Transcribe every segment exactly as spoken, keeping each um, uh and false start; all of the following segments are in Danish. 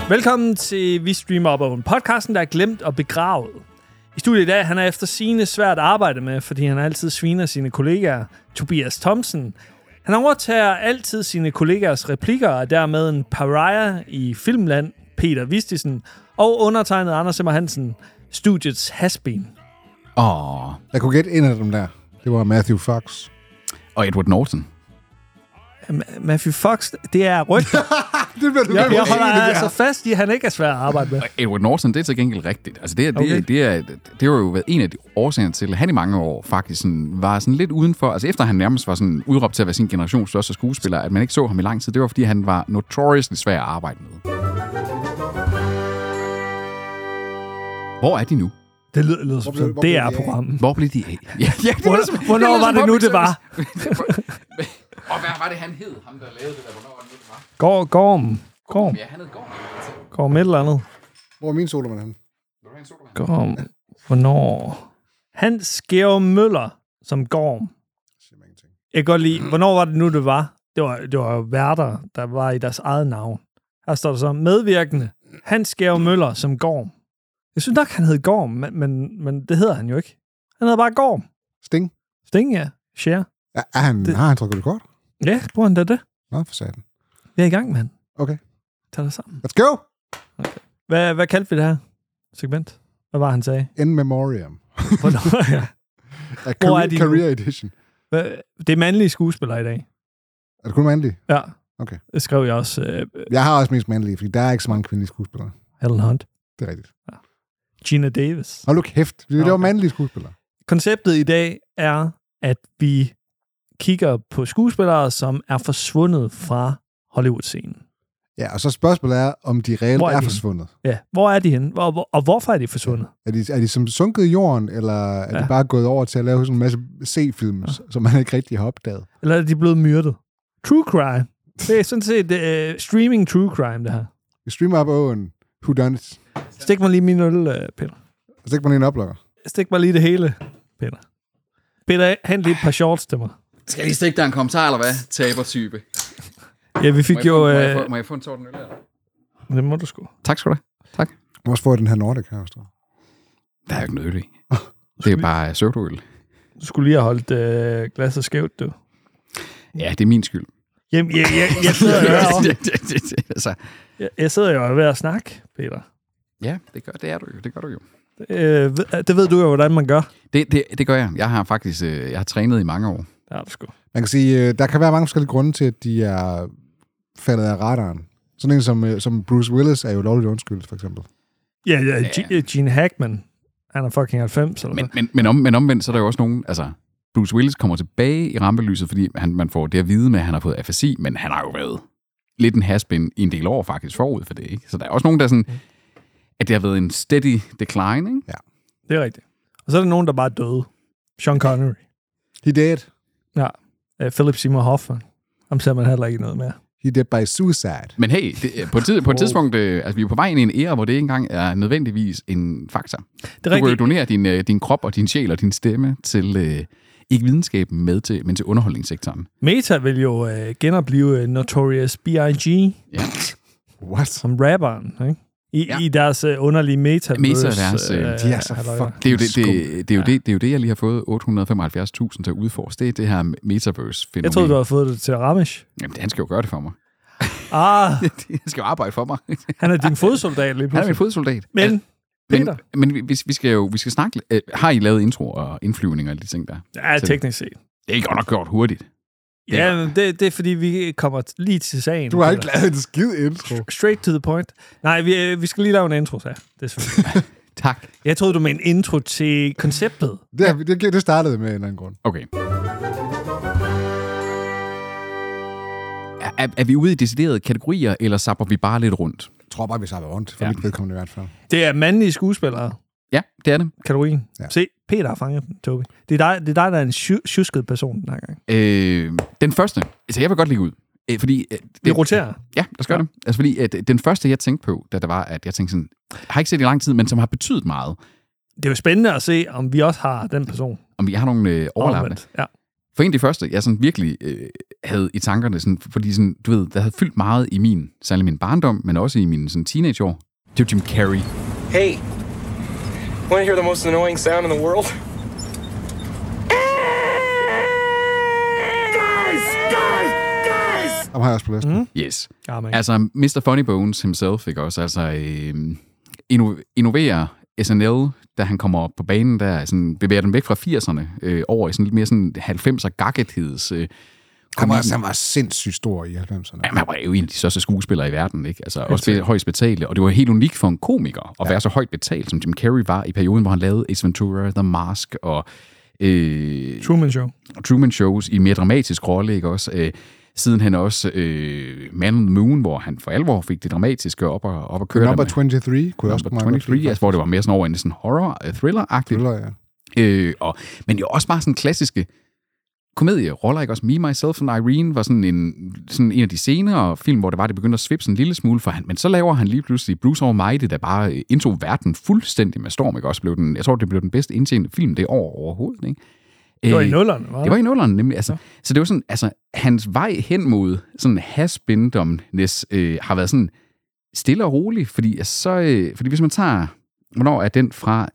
Velkommen til Vi Streamer Op, en podcasten, der er glemt og begravet. I studiet i dag, han er efter sigende svært at arbejde med, fordi han altid sviner sine kollegaer. Tobias Thomsen. Han overtager altid sine kollegaers replikker, og dermed en pariah i filmland, Peter Vistisen, og undertegnet Anders Simmer Hansen, studiets has-been. Åh. Jeg kunne gætte en af dem der. Det var Matthew Fox. Og Edward Norton. Ma- Matthew Fox, det er rygter. det bliver du jeg, jeg holder altså fast i, at han ikke er svær at arbejde med. Og Edward Norton, det er til gengæld rigtigt. Altså det, er, Okay. det, det, er, det var jo været en af de årsager til, at han i mange år faktisk sådan, var sådan lidt udenfor. Altså efter han nærmest var sådan udråbt til at være sin generations største skuespiller, at man ikke så ham i lang tid, det var fordi han var notoriously svær at arbejde med. Hvor er de nu? Det lyder, lyder som blev- sådan hvor det blev er de af? programmet. Hvor blev de af? Ja, ja, det Hvornår, hvornår var det nu, det var? Og hvad var det, han hed? Ham, der lavede det der. Hvornår var det nu, det var? Gorm. Gorm. Gorm. Ja, han hed Gorm. Gorm et eller andet. Hvor er min solomand henne? Gorm. Hvornår? Hans Georg Møller som Gorm. Jeg kan godt lide, hvornår var det nu, det var? Det var, det var jo værter, der var i deres eget navn. Her står der så, medvirkende, Hans Georg Møller som Gorm. Jeg synes nok, han hed Gorm, men, men, men det hedder han jo ikke. Han hedder bare Gorm. Sting? Sting, ja. Share. Er, er han, Det- har han trykket rekord? Ja, bruger han da det? Nå, for satan. Vi er i gang, mand. Okay. Tag det sammen. Let's go! Hvad, hvad kaldte vi det her segment? Hvad var han sagde? In memoriam. Hvornår, ja. A Hvor er career, de nu? career edition. Hvad, det er mandlige skuespillere i dag. Er det kun mandlige? Ja. Okay. Det skrev jeg også. Øh, Jeg har også mest mandlige, fordi der er ikke så mange kvindelige skuespillere. Helen Hunt. Det er rigtigt. Gina Davis. Hold nu kæft. Det Nå, var okay. mandlige skuespillere. Konceptet i dag er, at vi kigger på skuespillere, som er forsvundet fra Hollywood-scenen. Ja, og så spørgsmålet er, om de reelt Hvor er er, er de forsvundet. Ja, hvor er de henne? Hvor, hvor, og hvorfor er de forsvundet? Er de, er de som sunket i jorden, eller er Ja. de bare gået over til at lave sådan en masse C-film, ja. som man ikke rigtig har opdaget? Eller er de blevet myrdet? True crime. Det er sådan set uh, streaming true crime, det her. Vi streamer op åen. Who done it? Stik mig lige min øl, uh, Peter. Så ikke man lige en oplukker. Stik mig lige det hele, Peter. Peter, hent lige et par shorts til mig. Skal jeg lige stikke dig en kommentar, eller hvad? Taber-type. Ja, vi fik Må jeg, jo... få, må, jeg Øh, få, må jeg få en torden øl her? det må du sgu. Tak skal du have. Tak. Du må også få den her Nordic her. Også. Der er jo ikke noget øl i. Det er bare pseudoøl. Du skulle lige have holdt øh, glasset skævt, du. Ja, det er min skyld. Jamen, jeg, jeg, jeg, sidder jo herovre. altså, jeg, jeg sidder jo ved at snakke, Peter. ja, det gør, det er du jo. Det gør du jo. Øh, ved- det ved du jo, hvordan man gør. Det, det, det gør jeg. Jeg har faktisk øh, jeg har trænet i mange år. Det er du sgu. Man kan sige, øh, der kan være mange forskellige grunde til, at de er faldet af radaren. Sådan en som, øh, som Bruce Willis er jo lovligt undskyldt, for eksempel. Ja, ja, G- Gene Hackman. Han er fucking halvfems, eller Men, men, men, om, men omvendt, så er der jo også nogen... Altså, Bruce Willis kommer tilbage i rampelyset, fordi han, man får det at vide med, at han har fået afasi, men han har jo været lidt en has-been i en del år faktisk forud for det, ikke? Så der er også nogen, der sådan... At det har været en steady decline, ikke? Ja. Det er rigtigt. Og så er der nogen, der bare er døde. Sean Connery. He dead. Ja. Uh, Philip Seymour Hoffman. Ham ser man heller ikke noget mere. He dead by suicide. Men hey, det, på, et tid, på et tidspunkt, øh, altså vi er på vej ind i en æra, hvor det ikke engang er nødvendigvis en faktor. Det er Du kan jo rigtigt. donere din, øh, din krop og din sjæl og din stemme til, øh, ikke videnskaben med til, men til underholdningssektoren. Meta vil jo øh, genopleve uh, Notorious B I G Ja. What? som rapperen, ikke? I, Ja. i deres uh, underlige metaverse. Metaverse, øh, de er så halløj. fuck- Det er jo det, det, det, er jo Ja. det, det, er jo det, jeg lige har fået otte hundrede femoghalvfjerds tusind til at udforske. Det er det her metaverse-fænomen. Jeg troede, du havde fået det til Ramesh. Jamen, han skal jo gøre det for mig. Ah, Han skal jo arbejde for mig. han er din fodsoldat lige Han er min pludselig. fodsoldat. Men, Peter. Men, men vi, vi skal jo vi skal snakke... Øh, har I lavet intro og indflyvninger og de ting der? Ja, teknisk set. Det er godt nok gjort hurtigt. Ja, men det, det er fordi, vi kommer t- lige til sagen. Du har ikke Peter. lavet en skid intro. Straight to the point. Nej, vi, øh, vi skal lige lave en intro, så. Det er selvfølgelig. Tak. Jeg troede, du med en intro til konceptet. Det, er- det, det startede med en eller anden grund. Okay. Er, er, er vi ude i deciderede kategorier, eller sapper vi bare lidt rundt? Jeg tror bare, vi så rundt, for Ja. ja. mit vedkommende i hvert fald. Det er mandlige skuespillere, Ja, det er det. kategorien. Ja. Ja. Se, Peter har fanget den, Tobi. Det er dig, det er dig der er en sju- sjusket person den her gang. Øh, den første, altså jeg vil godt lægge ud, øh, fordi... Øh, Vi roterer. Ja, lad os gøre Ja. det. Altså fordi, at den første, jeg tænkte på, da der var, at jeg tænkte sådan, jeg har ikke set det i lang tid, men som har betydet meget, Det er jo spændende at se, om vi også har den person. om vi har nogle øh, overlappende. Omvendt. Ja. For en af de første, jeg sådan virkelig øh, havde i tankerne, sådan, fordi sådan, du ved, der havde fyldt meget i min, særlig min barndom, men også i mine sådan, teenageår, det var Jim Carrey. Hey, want to hear the most annoying sound in the world? Ham har jeg også på listen. Mm. Yes. Amen. Altså, mister Funny Bones himself, ikke også? Altså, øh, inno- innoverer S N L, da han kommer op på banen der, sådan, bevæger den væk fra firserne øh, over i sådan lidt mere sådan halvfemser gakketheds. Øh, han, var, han var sindssygt stor i halvfemserne. Jamen, han var jo en af de største skuespillere i verden, ikke? Altså, også højst betalte, og det var helt unikt for en komiker at ja. være så højt betalt, som Jim Carrey var i perioden, hvor han lavede Ace Ventura, The Mask og øh, Truman Show. Truman Shows i mere dramatisk rolle, ikke også? Øh, Siden han også øh, Man on the Moon, hvor han for alvor fik det dramatiske op og, op og køre. Number toogtyve, kunne jeg også toogtyve, altså, hvor det var mere sådan over en sådan horror-thriller-agtigt. Thriller, ja. Øh, og, men jo også bare sådan klassiske komedieroller, ikke også? Me, Myself and Irene var sådan en, sådan en af de senere film, hvor det var, det begyndte at svippe en lille smule for han. Men så laver han lige pludselig Bruce Almighty, der bare indtog verden fuldstændig med storm, ikke også? Blev den, jeg tror, det blev den bedste indtjente film det år overhovedet, ikke? Det var i nullerne, var det? Det var i nullerne, nemlig. Altså, ja. Så det var sådan, altså, hans vej hen mod sådan has-been-domness øh, har været sådan stille og rolig, fordi, altså, så, øh, fordi hvis man tager, hvornår er den fra...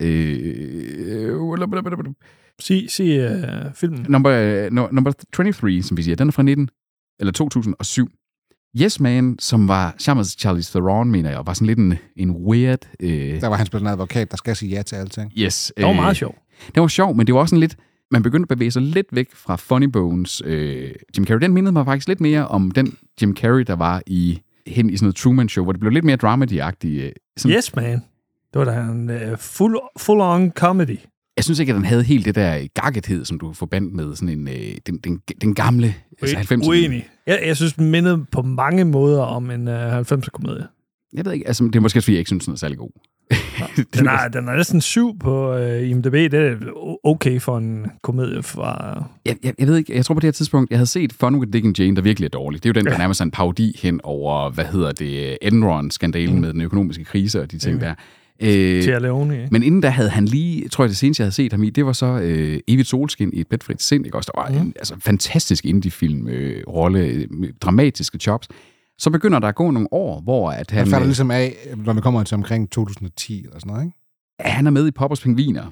Øh, sig sig uh, filmen. Number, no, number toogtyve, som vi siger, den er fra nitten, eller to tusind og syv. Yes Man, som var Charlize Theron, mener jeg, var sådan lidt en, en weird... Øh, der var han spillet en advokat, der skal sige ja til alting. Yes. Det var meget sjov. Det var sjov, men det var også sådan lidt... Man begyndte at bevæge sig lidt væk fra Funny Bones. Øh, Jim Carrey, den mindede mig faktisk lidt mere om den Jim Carrey, der var i hen i sådan noget Truman Show, hvor det blev lidt mere dramedy-agtigt. Sådan. Yes Man. Det var da en uh, full, full-on comedy. Jeg synes ikke, at den havde helt det der gakkethed, som du forbandt med sådan en, øh, den, den, den gamle altså halvfemser. Uenig. Jeg, jeg synes, den mindede på mange måder om en uh, halvfemser-komedie. Jeg ved ikke, altså det er måske, fordi jeg ikke synes, den er særlig god. den, er, den er næsten syv på uh, I M D B. Det er okay for en komedie fra... Jeg, jeg, jeg ved ikke, jeg tror på det her tidspunkt, jeg havde set Fun with Dick and Jane, der virkelig er dårlig. Det er jo den, der ja. nærmest er en parodi hen over, hvad hedder det, Enron-skandalen mm. med den økonomiske krise og de ting mm. der. Øh, Leone, men inden da havde han lige, tror jeg det seneste, jeg havde set ham i, det var så øh, Evigt Solskin i et bedfrit sind, ikke også? Der var mm. en altså, fantastisk indie-film, øh, rolle, øh, dramatiske chops. Så begynder der at gå nogle år, hvor at han... Han falder ligesom af, når vi kommer til omkring to tusind og ti eller sådan noget, ikke? Han er med i Poppers Pingviner.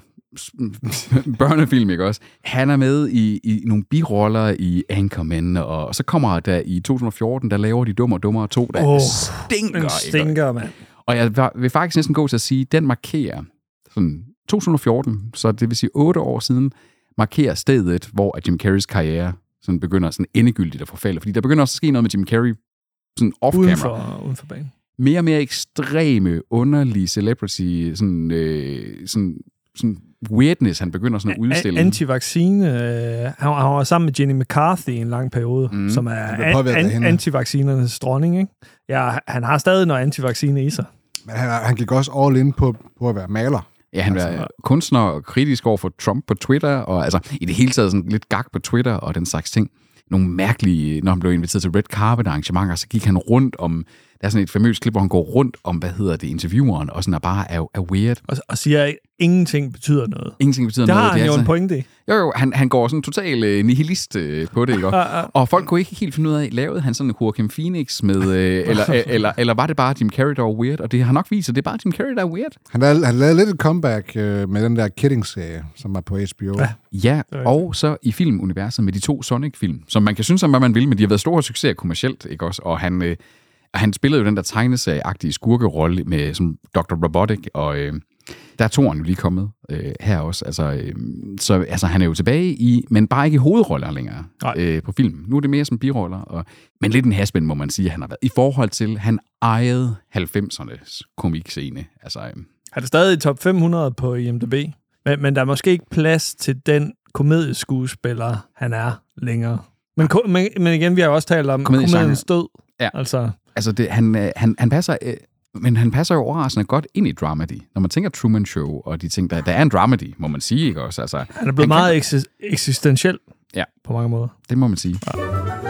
Børnefilm, ikke også? Han er med i, i nogle biroller i Anchorman, og, og så kommer der i to tusind og fjorten, der laver de Dummer og Dummere to, der oh, stinker. stinker, mand. Og jeg vil faktisk næsten gå til at sige, at den markerer sådan to tusind og fjorten, så det vil sige otte år siden, markerer stedet, hvor Jim Carreys karriere sådan begynder sådan endegyldigt at forfalde. Fordi der begynder også at ske noget med Jim Carrey sådan off-camera. Uden for, uden for banen. Mere og mere ekstreme, underlige celebrity, sådan, øh, sådan, sådan weirdness, han begynder sådan at udstille. Antivaccine. Øh, han, han var sammen med Jenny McCarthy i en lang periode, mm. som er an, an, antivaccinernes dronning, ikke? Ja, han har stadig noget antivaccine i sig. Men han, han gik også all in på, på at være maler. Ja, han var altså, kunstner og kritisk over for Trump på Twitter, og altså i det hele taget sådan lidt gak på Twitter og den slags ting. Nogle mærkelige, når han blev inviteret til red carpet arrangementer, så gik han rundt om, der er sådan et famøst klip, hvor han går rundt om, hvad hedder det, intervieweren, og sådan er bare er, er weird. Og, og siger, at ingenting betyder noget. Ingenting betyder det noget. Har det har han jo altså, en pointe i. Jo, jo, han, han går sådan total uh, nihilist uh, på det, ikke? Og folk kunne ikke helt finde ud af, lavede han sådan en Joaquin Phoenix med, uh, eller, eller, eller var det bare Jim Carrey, der var weird? Og det har nok vist, at det er bare Jim Carrey, der er weird. Han lavede, han lavede lidt et comeback uh, med den der Kidding-serie, som var på H B O. Ja, ja og så i filmuniverset med de to Sonic-film, som man kan synes om, hvad man vil, men de har været store succeser kommercielt, ikke også? Og han... Uh, Han spillede jo den der tegneserieagtige skurkerolle med som doktor Robotic, og øh, der er toren jo lige kommet øh, her også. Altså, øh, så altså, han er jo tilbage i, men bare ikke i hovedroller længere øh, på film. Nu er det mere som biroller, og, men lidt en hasbend, må man sige, han har været. I forhold til, han ejede halvfemsernes komikscene. Altså, øh, han er stadig i top fem hundrede på I M D B, men, men der er måske ikke plads til den komedieskuespiller, han er længere. Men, men, men igen, vi har jo også talt om komediens død. Ja. Altså, altså det, han, han, han passer, øh, men han passer jo overraskende godt ind i dramedy. Når man tænker Truman Show og de ting, der, der er en dramedy, må man sige, ikke også? Altså, han er blevet han meget kan... eksis- eksistentiel ja. På mange måder. Det må man sige. Ja.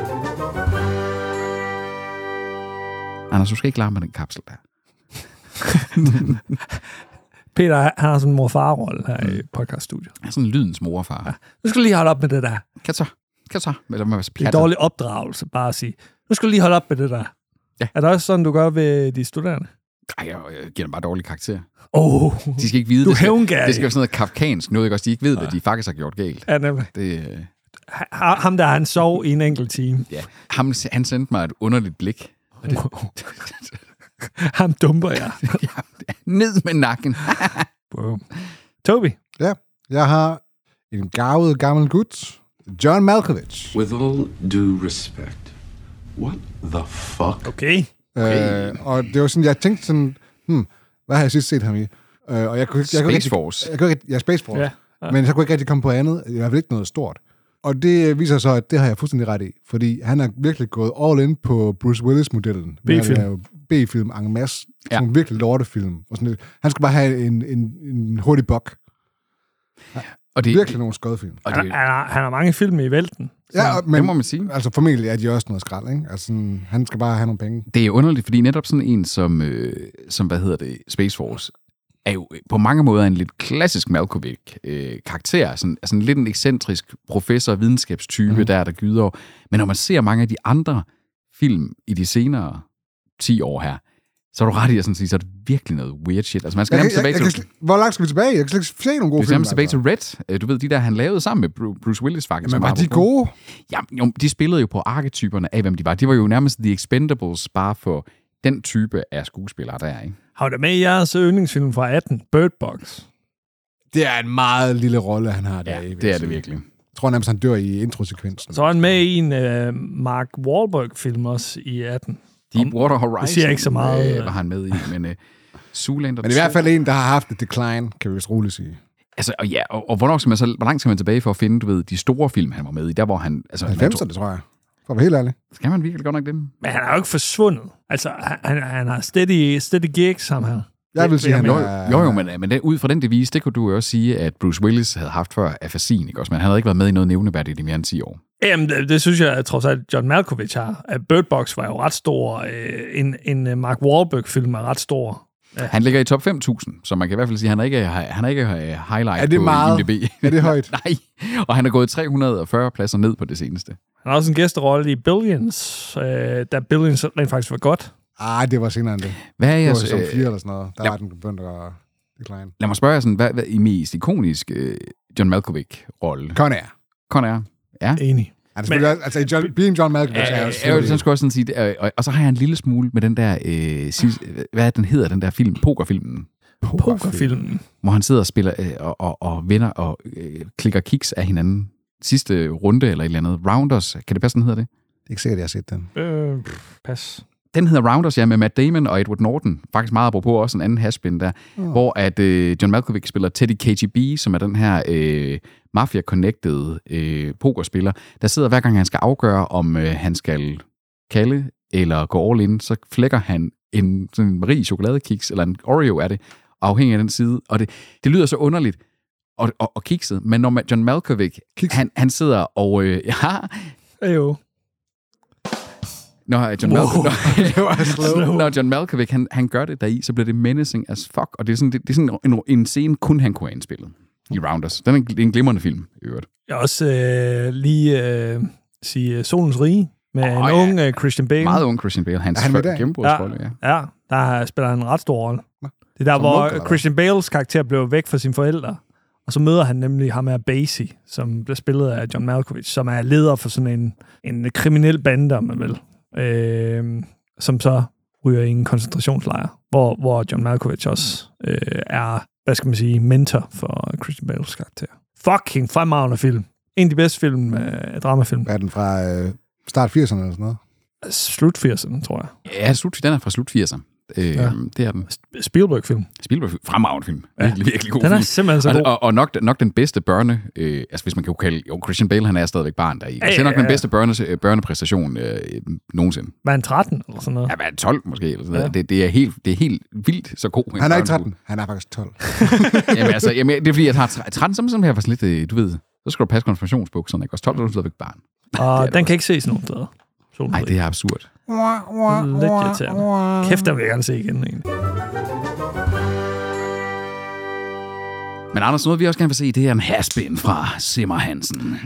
Anders, du skal ikke larme med den kapsel der. Peter, han har sådan en mor-far-rolle her mm. i podcaststudiet. Han er sådan en lydens mor og far. Ja. Nu skal lige holde op med det der. Kan så? kan så. Eller man det er dårlig opdragelse, bare at sige, nu skal du lige holde op med det der. Ja. Er det også sådan, du gør ved de studerende? Nej, jeg, jeg giver dem bare dårlig karakter. Oh, de skal ikke vide, du det skal, hævngærig. det skal være sådan noget kafkansk noget, ikke også? De ikke ved, hvad de faktisk har gjort galt. Ja, nemlig. Det, ham der, han sov i en enkelt time. Ja, ham, han sendte mig et underligt blik. Det, ham dumper jeg. Ja, ned med nakken. Toby? Ja, jeg har en garvet gammel gut, John Malkovich. With all due respect, what the fuck? Okay. okay. Øh, og det var sådan, jeg tænkte sådan, hmm, hvad har jeg sidst set ham i? Øh, og jeg kunne, jeg Space kunne rigtig, Force. Jeg kunne ikke, ja, Space Force. Ja, ja. Men jeg kunne ikke rigtig komme på andet. I hvert fald ikke noget stort. Og det viser så, at det har jeg fuldstændig ret i. Fordi han har virkelig gået all in på Bruce Willis-modellen. B-film. B-film en masse. Ja. Sådan virkelig lortefilm. Og sådan, han skulle bare have en, en, en hurtig bok. Ja. Og det, virkelig nogle skodfilm. Og det, han, har, han har mange film i vælten. Ja, men, det må man sige. Altså formentlig er de også noget skrald, ikke? Altså sådan, han skal bare have nogle penge. Det er underligt, fordi netop sådan en som, øh, som hvad hedder det, Space Force, er jo på mange måder en lidt klassisk Malkovich-karakter. Øh, sådan, altså en lidt en ekscentrisk professor, videnskabstype, mm. der der gyder. Men når man ser mange af de andre film i de senere ti år her, så er du ret i at sådan sige, så er det virkelig noget weird shit. Altså man skal nærmest tilbage til... Hvor langt skal vi tilbage? Jeg kan slet ikke se nogle gode film. Det er tilbage til Red. Du ved, de der, han lavede sammen med Bruce Willis faktisk. Men var de gode? Ja, jo, de spillede jo på arketyperne af, hvem de var. De var jo nærmest The Expendables, bare for den type af skuespillere, der er, ikke? Har du med i jeres yndlingsfilm fra atten, Bird Box? Det er en meget lille rolle, han har der. Ja, det er det virkelig. Jeg tror nærmest, han dør i introsekvensen. Så er han med i en uh, Mark Wahlberg-film også i atten. Deepwater Horizon. Det siger ikke så meget. Øh, var han med i, men uh, Zoolander... Men i hvert fald en, der har haft et decline, kan vi vist roligt sige. Altså, og ja, og, og hvornår skal man så, hvor langt skal man tilbage for at finde, du ved, de store film, han var med i, der hvor han... Altså, halvfemserne, tror jeg. For at være helt ærlig. Skal man virkelig godt nok dem? Men han er jo ikke forsvundet. Altså, han, han har steady, steady gigs, ham her. Jeg vil sige, han jo, er... Jo, jo, men, men det, ud fra den devise, det kunne du jo også sige, at Bruce Willis havde haft før afasin, ikke også? Men han havde ikke været med i noget nævneværdigt i mere end ti år. Jamen, det, det synes jeg, at trods alt John Malkovich har. Bird Box var jo ret stor. Øh, en, en Mark Wahlberg-film er ret stor. Ja. Han ligger i top fem tusind, så man kan i hvert fald sige, at han er ikke, han er ikke highlight er det på meget? I M D B. Er det højt? Nej, og han er gået tre hundrede og fyrre pladser ned på det seneste. Han har også en gæsterolle i Billions, øh, da Billions rent faktisk var godt. Ah, det var senere end det. Hvad er jeres... Det var som fire eller sådan noget. Der ja. var den begyndt at decline. Lad mig spørge jer sådan, hvad, hvad er mest ikonisk uh, John Malkovich-rolle? Con Air. Con Air, ja. Enig. Altså, Men, altså John, being John Malkovich ja, er jo selvfølgelig... Jeg skulle også sådan sige, det, og, og, og så har jeg en lille smule med den der... Øh, sidste, hvad er den hedder, den der film? Pokerfilmen. Pokerfilmen. Hvor han sidder og spiller øh, og, og, og vinder og øh, klikker kiks af hinanden. Sidste runde eller et eller andet. Rounders, kan det passe, den hedder det? Det er ikke sikkert, jeg har set den. Øh, pas. Den hedder Rounders, ja, med Matt Damon og Edward Norton. Faktisk meget apropos også en anden haspin der. Mm. Hvor at øh, John Malkovich spiller Teddy K G B, som er den her øh, mafia-connected øh, pokerspiller, der sidder hver gang han skal afgøre, om øh, han skal kalde eller gå all in, så flækker han en sådan en Marie chokoladekiks, eller en Oreo er det, afhængig af den side. Og det, det lyder så underligt og, og, og kikset, men når John Malkovich, han, han sidder og... Øh, ja, jo. Når John, wow. Malkovich, når John Malkovich han, han gør det deri, så bliver det menacing as fuck. Og det er sådan, det, det er sådan en, en scene, kun han kunne have indspillet i Rounders. Den er en, en glimrende film, i øvrigt. Jeg vil også øh, lige øh, sige Solens Rige med oh, en ja. ung uh, Christian Bale. Meget ung Christian Bale. Hans han gennembrudsrolle, ja. Ja, der spiller han en ret stor rolle. Det er der, som hvor munker, Christian Bales karakter blev væk fra sine forældre. Og så møder han nemlig ham her Basie, som bliver spillet af John Malkovich, som er leder for sådan en, en kriminel bande, om man vil. Øh, som så ryger i en koncentrationslejr, hvor, hvor John Malkovich også øh, er, hvad skal man sige, mentor for Christian Bales karakter. Fucking fremragende film. En af de bedste film, øh, dramafilm. Er den fra øh, start firserne eller sådan noget? Slut firserne, tror jeg. Ja, slut, den er fra slut firserne. Øh, ja. Det er den. Spielberg-film. Spielberg-film. Fremragende film. Ja. Virkelig, virkelig god den film. er simpelthen så god. Og, og, og nok, nok den bedste børne... Øh, altså, hvis man kan kalde... Jo, Christian Bale, han er stadigvæk barn deri. Ja, ja, ja. Det er nok den bedste børne, børnepræstation øh, nogensinde. Var han tretten eller sådan noget? Ja, var han tolv måske. Eller sådan ja. det, det, er helt, det er helt vildt så god. Han er ikke tretten. Han er faktisk tolv. jamen, altså, jamen, det er fordi, jeg har tretten, som simpelthen var sådan lidt... Du ved, så skal du passe konfirmationsbukserne, ikke? Også tolv er du stadigvæk barn. Og den kan ikke ses nogen steder. Nej, det er absurd. Lidt irriterende. Kæft, der vil jeg gerne se igen, egentlig. Men Anders, noget vi også gerne vil se, det er en haspin fra Simmer Hansen.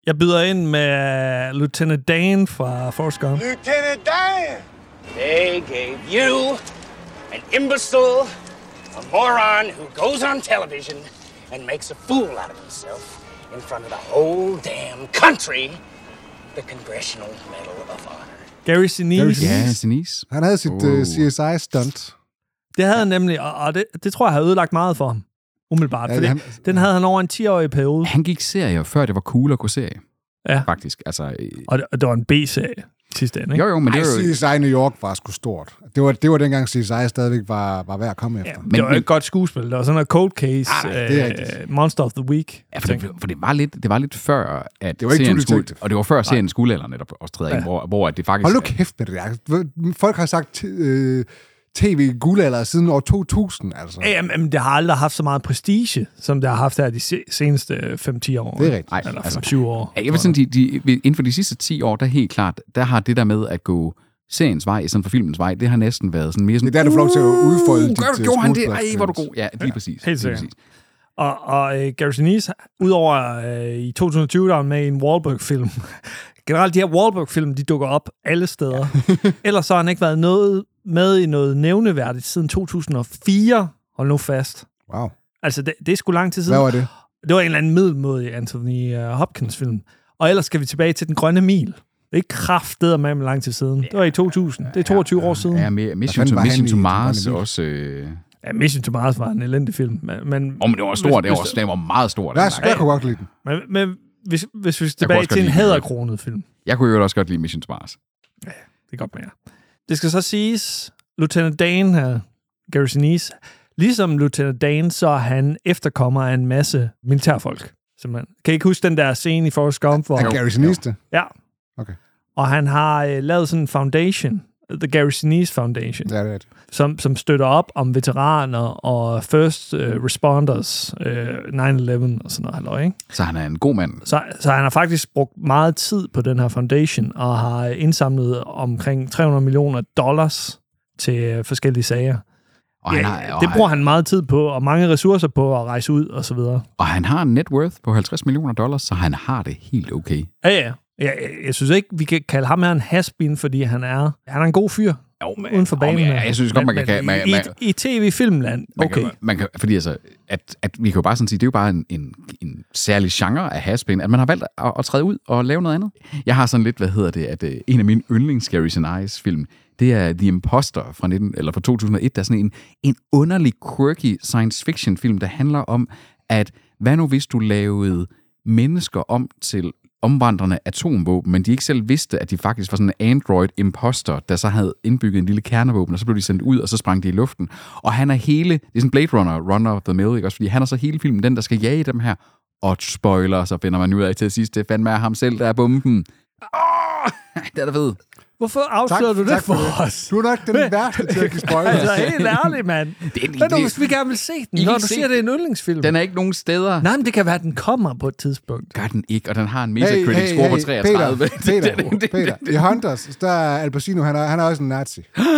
Jeg byder ind med Lieutenant Dan fra Forrest Gump. Lieutenant Dan! They gave you, an imbecile, a moron who goes on television and makes a fool out of himself in front of the whole damn country, the Congressional Medal of Honor. Gary Sinise. Ja, Sinise. Han havde sit oh. uh, C S I-stunt. Det havde han nemlig, og, og det, det tror jeg har ødelagt meget for ham. Umiddelbart, ja, fordi han, den havde han over en ti-årig periode. Han gik serier, før det var cool at gå serie. Ja. Faktisk. Altså, øh... og, det, og det var en B-serie i sidste ende, ikke? Jo, jo, men det Ej, var jo... C S I New York var sgu stort. Det var, det var dengang C S I stadigvæk var, var værd at komme efter. Ja, men det var men, et godt skuespil. Det var sådan en cold case, nej, det er uh, Monster of the Week. Ja, for, det, for det, var lidt, det var lidt før, at det var ikke serien skulle, og det var før serien nej. skulle eller netop også træde ja. ind, hvor, hvor det faktisk... Hold nu kæft med det der. Folk har sagt... Øh, tv-guldalder siden år to tusind, altså. Ja, men det har aldrig haft så meget prestige, som det har haft her de seneste fem til ti år. Det er rigtigt. Ej, eller altså, fem syv år. Jeg vil sige, de, de, inden for de sidste ti år, der helt klart, der har det der med at gå seriens vej, i stedet for filmens vej, det har næsten været sådan mere sådan... Det er der, du får lov til at udfolde uh, dit gør, gjorde han det? Ej, hvor du god. Ja, lige ja, præcis. Helt sikkert. Lige præcis. Og, og uh, Gary Sinise, udover uh, i to tusind og tyve, der var med i en Wahlberg-film. Generelt, de her Wahlberg-film, de dukker op alle steder. Ellers så har han ikke været noget med i noget nævneværdigt siden to tusind og fire. Hold nu fast. Wow. Altså, det, det er sgu lang tid siden. Hvad var det? Det var en eller anden middelmådig Anthony uh, Hopkins-film. Og ellers skal vi tilbage til Den Grønne Mil. Det er ikke kraftedder med med lang tid siden. Det var i to tusind. Det er toogtyve ja, år siden. Ja, Mission to, Mission to Mars også... Øh... Ja, Mission to Mars var en elendig film. Men, men, oh, men det var stor. Det var, det var meget stor. Jeg, jeg kunne godt lide den. Men, men hvis, hvis vi skal tilbage til en hæderkronet film. Jeg kunne jo også godt lide Mission to Mars. Ja, det er godt med jer. Det skal så siges, Lieutenant Dan her, Gary Sinise, ligesom Lieutenant Dan, så er han efterkommer af en masse militærfolk. Simpelthen. Kan I ikke huske den der scene i Forrest Gump? Hvor... Er Gary Sinise det? Ja. Okay. Og han har øh, lavet sådan en foundation, The Gary Sinise Foundation, ja, det er det. Som, som støtter op om veteraner og first uh, responders, uh, nine eleven og sådan noget, halløj, ikke? Så han er en god mand. Så, så han har faktisk brugt meget tid på den her foundation, og har indsamlet omkring tre hundrede millioner dollars til uh, forskellige sager. Og ja, han har, og det bruger han meget tid på, og mange ressourcer på at rejse ud, og så videre. Og han har en net worth på halvtreds millioner dollars, så han har det helt okay. Ja, ja. Jeg, jeg, jeg synes ikke, vi kan kalde ham her en has-been, fordi han er, han er en god fyr. Jo, men, uden for banen. Jo, jeg, jeg synes godt, man kan... Man, man, I, i, i tv-filmland, okay. Man kan, man kan, fordi altså, at, at vi kan jo bare sådan sige, det er jo bare en, en, en særlig genre af has-been, at man har valgt at, at træde ud og lave noget andet. Jeg har sådan lidt, hvad hedder det, at uh, en af mine yndlings Gary Sinise-film, det er The Imposter fra, nitten, eller fra to tusind og et, der er sådan en, en underlig, quirky science fiction film, der handler om, at hvad nu hvis du lavede mennesker om til omvandrende atomvåben, men de ikke selv vidste, at de faktisk var sådan en android imposter, der så havde indbygget en lille kernevåben, og så blev de sendt ud, og så sprang de i luften. Og han er hele, det er sådan Blade Runner, Runner of the Mill, ikke også? Fordi han er så hele filmen den, der skal jage dem her, og spoiler, så finder man ud af til sidst, det fandme er ham selv, der er bomben. Åh, det er da fedt. Hvorfor afslører du det for det. os? Du er nok den værste til at give spoilers. Altså, helt ærligt, mand. Hvad nu, hvis vi gerne vil se den, når du siger, det er en yndlingsfilm? Den er ikke nogen steder. Nej, men det kan være, at den kommer på et tidspunkt. Gør den ikke, og den har en Metacritic hey, hey, score hey, på treogtredive. Peter, Peter, det, det, det, Peter. I Hunters, der er Al Pacino, han er, han er også en nazi.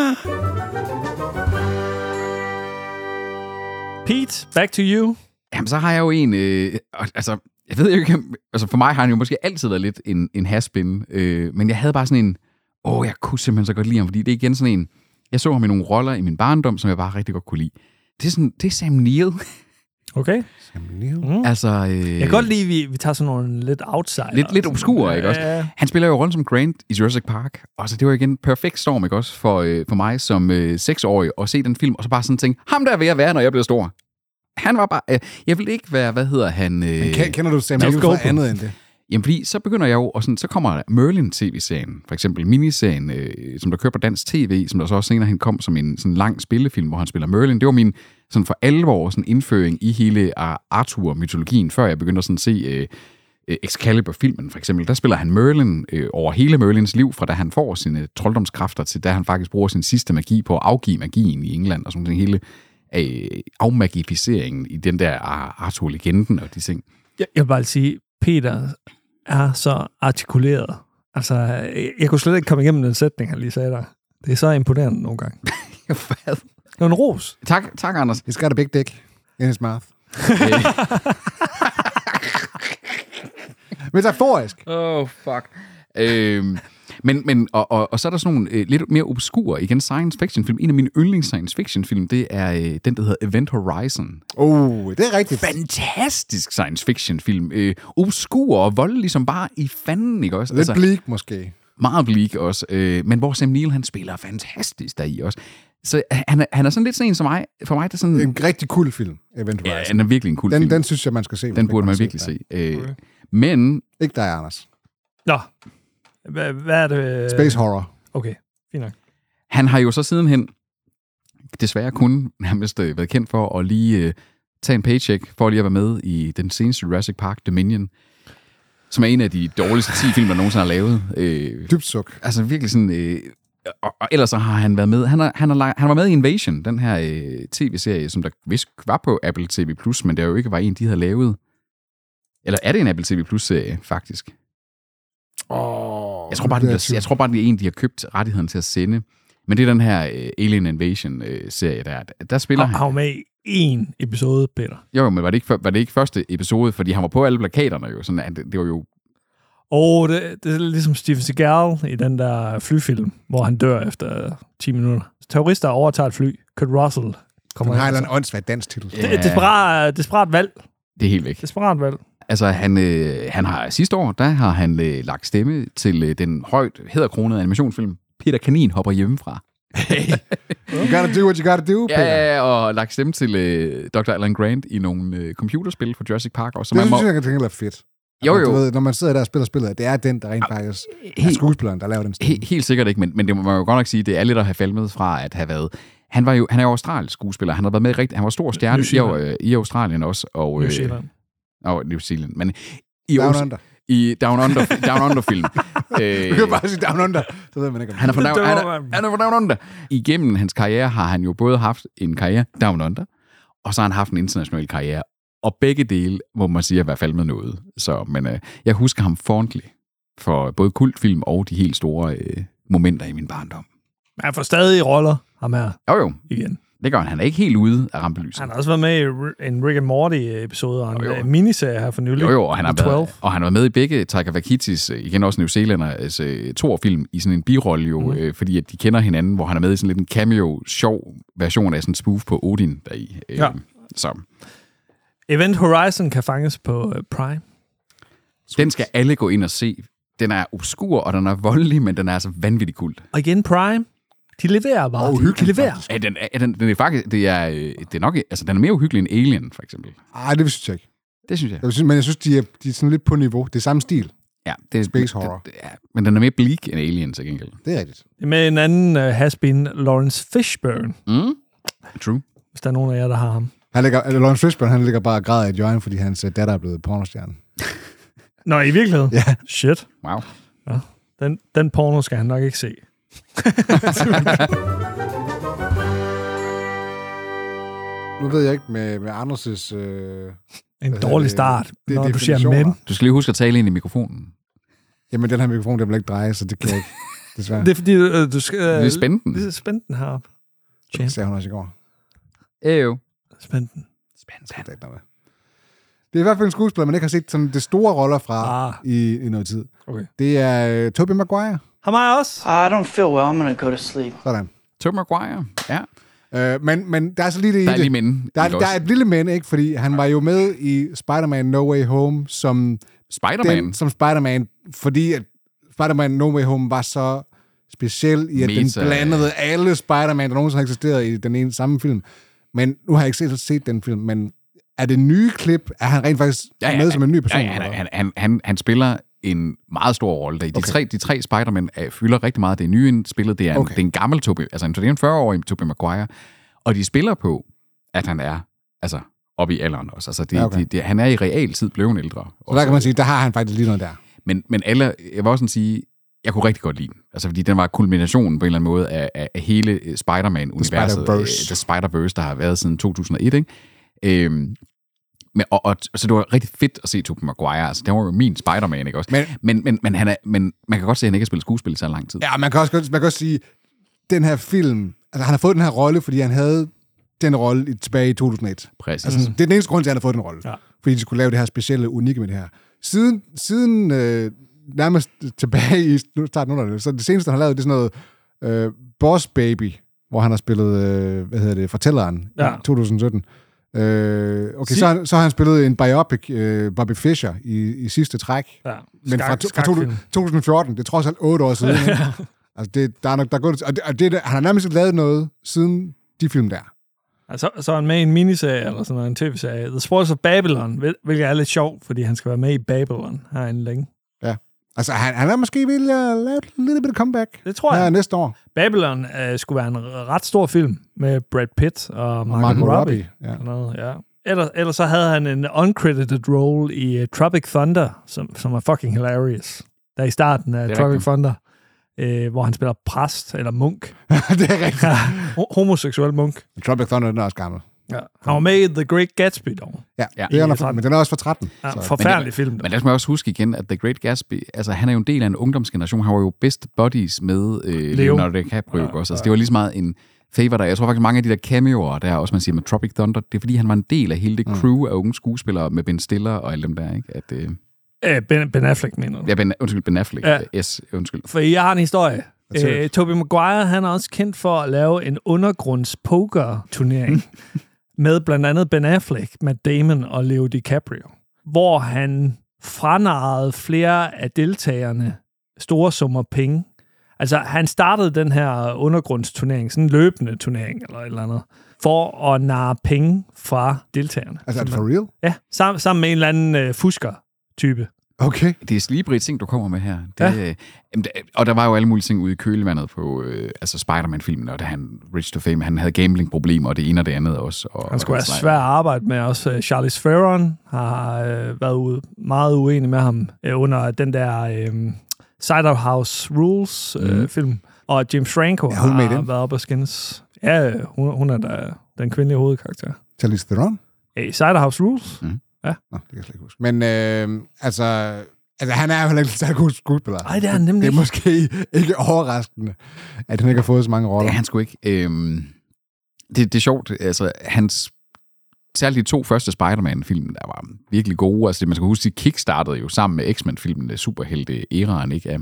Pete, back to you. Jamen, så har jeg jo en... Øh, altså, jeg ved jo ikke... Altså, for mig har han jo måske altid været lidt en, en has-been, øh, men jeg havde bare sådan en... Åh, oh, jeg kunne simpelthen så godt lide ham, fordi det er igen sådan en... Jeg så ham i nogle roller i min barndom, som jeg bare rigtig godt kunne lide. Det er, sådan, det er Sam Neill. Okay. Sam Neill? Mm. Altså... Øh, jeg kan godt lide, at vi, vi tager sådan nogle lidt outsider. Lidt, lidt obskure, ikke også? Ja. Han spiller jo rollen som Grant i Jurassic Park, og så det var igen perfekt storm, ikke også? For, øh, for mig som øh, seksårig at se den film, og så bare sådan tænke, ham der er ved at være, når jeg bliver stor. Han var bare... Øh, jeg vil ikke være... Hvad hedder han? Øh, Men kender du Sam Neill fra andet end det? Jamen, fordi så begynder jeg jo, og sådan, så kommer Merlin-tv-serien, for eksempel miniserien, øh, som der kører på dansk tv, som der så også senere hen kom som en sådan lang spillefilm, hvor han spiller Merlin. Det var min sådan for alvor sådan indføring i hele Arthur-mytologien, før jeg begyndte at sådan se øh, Excalibur-filmen, for eksempel. Der spiller han Merlin øh, over hele Merlins liv, fra da han får sine trolddomskræfter, til da han faktisk bruger sin sidste magi på at afgive magien i England, og sådan hele øh, afmagificeringen i den der Arthur-legenden og de ting. Jeg, jeg vil bare sige, Peter er så artikuleret. Altså, jeg, jeg kunne slet ikke komme igennem den sætning, han lige sagde der. Det er så imponerende nogle gange. Hvad? Det var en ros. Tak, tak, Anders. He's got a big dick in his mouth. Metaforisk. Oh, fuck. Øhm, men, men og, og, og så er der sådan nogle øh, lidt mere obskure, igen, science fiction film. En af mine yndlings science fiction film, det er øh, den, der hedder Event Horizon. Oh, det er rigtigt. Fantastisk science fiction film. Øh, obskur og voldelig som bare i fanden, ikke også? Lidt bleak måske. Meget bleak også. Øh, men hvor Sam Neill, han spiller fantastisk deri også. Så han er, han er sådan lidt sådan en som mig. For mig det er sådan... En rigtig cool film, Event Horizon. Ja, den er virkelig en cool den, film. Den synes jeg, man skal se. Den burde man virkelig se. Øh, okay. Men... Ikke dig, Anders. Nå. Hvad, hvad er det? Space horror. Okay, fint nok. Han har jo så sidenhen desværre kun nærmest øh, været kendt for at lige øh, tage en paycheck for lige at være med i den seneste Jurassic Park Dominion, som er en af de dårligste ti film, der nogensinde har lavet. Øh, Dybt suk. Altså virkelig sådan... Øh, og, og ellers så har han været med... Han, har, han, har, han var med i Invasion, den her øh, tv-serie, som der vist var på Apple T V plus, men det jo ikke var en, de havde lavet. Eller er det en Apple T V plus-serie, faktisk? Oh, jeg, tror bare, det er, jeg tror bare, det er en, de har købt rettigheden til at sende. Men det er den her uh, Alien Invasion-serie, uh, der, der spiller og, han. Han var med i én episode, Peter. Jo, men var det, ikke, var det ikke første episode? Fordi han var på alle plakaterne jo. Sådan, det, det var jo... Og oh, det, det er ligesom Steven Seagal i den der flyfilm, hvor han dør efter ti minutter. Terrorister overtager et fly. Kurt Russell kommer ind. Han har en åndssvagt dansk titel. Det er desperat, desperat valg. Det er helt væk. Desperat valg. Altså, han, øh, han har sidste år, der har han øh, lagt stemme til øh, den højt hæderkronede animationsfilm Peter Kanin hopper hjemmefra. Hey. You gotta do what you gotta do, Peter. Ja, og lagt stemme til øh, doktor Alan Grant i nogle øh, computerspil for Jurassic Park. Og så det man synes må... jeg, det er fedt. Jo, jo. Du ved, når man sidder der og spiller spillet, det er den, der rent faktisk er skuespilleren, der laver den stemme. Helt, helt sikkert ikke, men, men det må man jo godt nok sige, det er lidt at have falmet fra at have været... Han var jo han er jo australsk skuespiller, han har været med rigtig... Han var stor stjerne i, øh, i Australien også. Og, New Zealand. Øh, og New Zealand, men... I Down Os- Under. I Down Under, Down Under film. øh, du kan bare sige Down Under, så ved man ikke om han er, fra down, han, er, han er fra Down Under. Igennem hans karriere har han jo både haft en karriere Down Under, og så har han haft en international karriere. Og begge dele, må man sige, at være faldet med noget. Så, men øh, jeg husker ham fondly for både kultfilm og de helt store øh, momenter i min barndom. Men han får stadig roller, ham her. Jo jo. Igen. Det gør han. Han er ikke helt ude af rampelyset. Han har også været med i en Rick and Morty-episode, og en jo, jo. miniserie her for nylig. Jo, jo, og han, har været, og han har været med i begge Taika Waititis, igen også New Zealanders, uh, Thor-film, i sådan en birolle jo, mm. øh, fordi at de kender hinanden, hvor han er med i sådan lidt en cameo-sjov version af sådan en spoof på Odin deri. Øh, ja. Så. Event Horizon kan fanges på uh, Prime. Den skal alle gå ind og se. Den er obskur, og den er voldelig, men den er altså vanvittigt kult. Og igen Prime. De leverer bare. Oh, de leverer. Ja, den, er, den, den er faktisk, det er, det er nok, altså den er mere uhyggelig end Alien, for eksempel. Nej, det synes jeg ikke. Det synes jeg. jeg synes, men jeg synes, de er, de er sådan lidt på niveau. Det er samme stil. Ja, det er space horror. Det, ja, men den er mere bleak end Alien, til gengæld. Det er rigtigt. Med en anden uh, has-been, Lawrence Fishburne. Mm. True. Hvis der er nogen af jer, der har ham. Han ligger, Lawrence Fishburne, han ligger bare og græder i et hjørne, fordi hans datter er blevet pornostjerne. Nå, i virkeligheden? Ja. Shit. Wow. Ja. Den, den porno skal han nok ikke se. Nu ved jeg ikke med, med Anders' Øh, en dårlig start, det, når det du siger men. Du skal lige huske at tale ind i mikrofonen. Jamen, den her mikrofon, der vil ikke dreje, så det kan jeg ikke. Desværre. Det er fordi, øh, du skal... Øh, det er spænden. Det er spænden heroppe. Det sagde hun også i går. Ejo. Spænden. Spænden. Det er i hvert fald en skuespiller, man ikke har set sådan det store roller fra ah. i, i noget tid. Okay. Det er uh, Tobey Maguire. Ham har jeg også. I don't feel well. I'm gonna go to sleep. Sådan. Tobey Maguire, ja. Uh, men, men der er så lige det... Der er lige men. Der, der er et lille men, ikke? Fordi han var jo med i Spider-Man No Way Home som... Spider-Man? Den, som Spider-Man, fordi at Spider-Man No Way Home var så speciel i, at Meta. Den blandede alle Spider-Man, der nogensinde har eksisteret i den ene samme film. Men nu har jeg ikke set, set den film, men er det nye klip, er han rent faktisk ja, ja, med som en ny person? Ja, ja, han, han, han, han, han spiller en meget stor rolle. De, okay. tre, de tre Spider-Man er, fylder rigtig meget. Det er nye spillet, det er en, okay. det er en gammel Tobey, altså det er en fyrre-årig Tobey Maguire, og de spiller på, at han er altså oppe i alderen også. Altså det, ja, okay. det, det, han er i realtid blevet ældre. Så også. der kan man sige, der har han faktisk lige noget der. Men, men alle, jeg vil også sådan sige, jeg kunne rigtig godt lide den. Altså, fordi den var kulminationen på en eller anden måde af, af, af hele Spider-Man-universet. The Spider-Verse. The Spider-Verse, der har været siden to tusind og et, ikke? Øhm, men, og, og, så det var rigtig fedt at se Tobey Maguire. Altså, det var jo min Spider-Man, ikke også? Men, men, men, men, han er, men man kan godt se, at han ikke har spillet skuespil i så lang tid. Ja, man kan også, man kan også sige, den her film, altså han har fået den her rolle, fordi han havde den rolle tilbage i to tusind og et. Præcis. Altså, det er den eneste grund til, at han har fået den rolle. Ja. Fordi de skulle lave det her specielle, unikke med det her. siden, siden øh, nærmest tilbage i nu starter nullerne, så det seneste, han har lavet, det er sådan noget øh, Boss Baby, hvor han har spillet, øh, hvad hedder det, Fortælleren ja. i to tusind sytten. Øh, okay, så, har, så har han spillet en biopic, øh, Bobby Fischer, i, i sidste træk. Ja. Men fra, to, fra to, to tusind fjorten, det er trods alt otte år siden. ja. Altså, det, der er nok, der er gået, og det, og det, han har nærmest lavet noget siden de film der. Altså, så er han med i en miniserie, eller sådan noget, en tv-serie, The Spoils of Babylon, hvilket er lidt sjovt, fordi han skal være med i Babylon herinde længe. Ja. Altså, han, han er måske vil uh, lave et lille bit comeback. Det tror jeg. Ja, næste år. Babylon uh, skulle være en ret stor film med Brad Pitt og Margot, Margot Robbie. Robbie ja. Noget, ja. Ellers, ellers så havde han en uncredited role i uh, Tropic Thunder, som, som er fucking hilarious. Der i starten af Tropic rigtigt. Thunder, uh, hvor han spiller præst eller munk. det er rigtigt. Homoseksuel munk. Tropic Thunder, den er også gammel. Ja. Han var med i The Great Gatsby, dog. Ja, ja. Det er for, men den er også for tretten. Ja, forfærdelig film. Dog. Men lad os også huske igen, at The Great Gatsby, altså han er jo en del af en ungdomsgeneration. Han var jo best buddies med øh, Leonardo DiCaprio ja, også. Altså, det var lige så meget en favor der. Jeg tror faktisk, mange af de der cameoer, der også man siger med Tropic Thunder, det er fordi, han var en del af hele det crew mm. af unge skuespillere med Ben Stiller og alle dem der, ikke? At, øh... Æ, ben, Ben Affleck, mener du? Ja, ben, undskyld, Ben Affleck. Ja. S, undskyld. For jeg har en historie. Æ, Tobey Maguire, han er også kendt for at lave en undergrunds-poker-turnering. med blandt andet Ben Affleck, Matt Damon og Leo DiCaprio, hvor han franarrede flere af deltagerne store summer penge. Altså, han startede den her undergrundsturnering, sådan en løbende turnering eller et eller andet, for at narre penge fra deltagerne. Altså, er det for real? Ja, sammen, sammen med en eller anden øh, fusker-type. Okay. Det er slibrige ting, du kommer med her. Det, ja. øh, og der var jo alle mulige ting ude i kølevandet på øh, altså Spider-Man-filmen, og da han, Rich to Fame, han havde gambling-problemer, og det ene og det andet også. Og, han skulle være svær at arbejde med også. Charlize Theron har øh, været ude, meget uenig med ham øh, under den der øh, Side of House Rules-film. Øh, mm. Og James Franco ja, har været oppe og skændes. Ja, hun, hun er da den kvindelige hovedkarakter. Charlize Theron? Hey, Side of House Rules? Mm. Ja. Nå, det kan jeg slet ikke huske. Men øh, altså, altså, han er jo heller ikke en særlig god skuespiller. Nej, det er han nemlig. Det er måske ikke overraskende, at han ikke har fået så mange roller. Det er han sgu ikke. Øhm, det, det er sjovt. Altså, hans, særligt de to første Spider-Man-film, der var virkelig gode. Altså, det, man skal huske, de kickstartede jo sammen med X-Men-filmen, superhelte-æraen, ikke?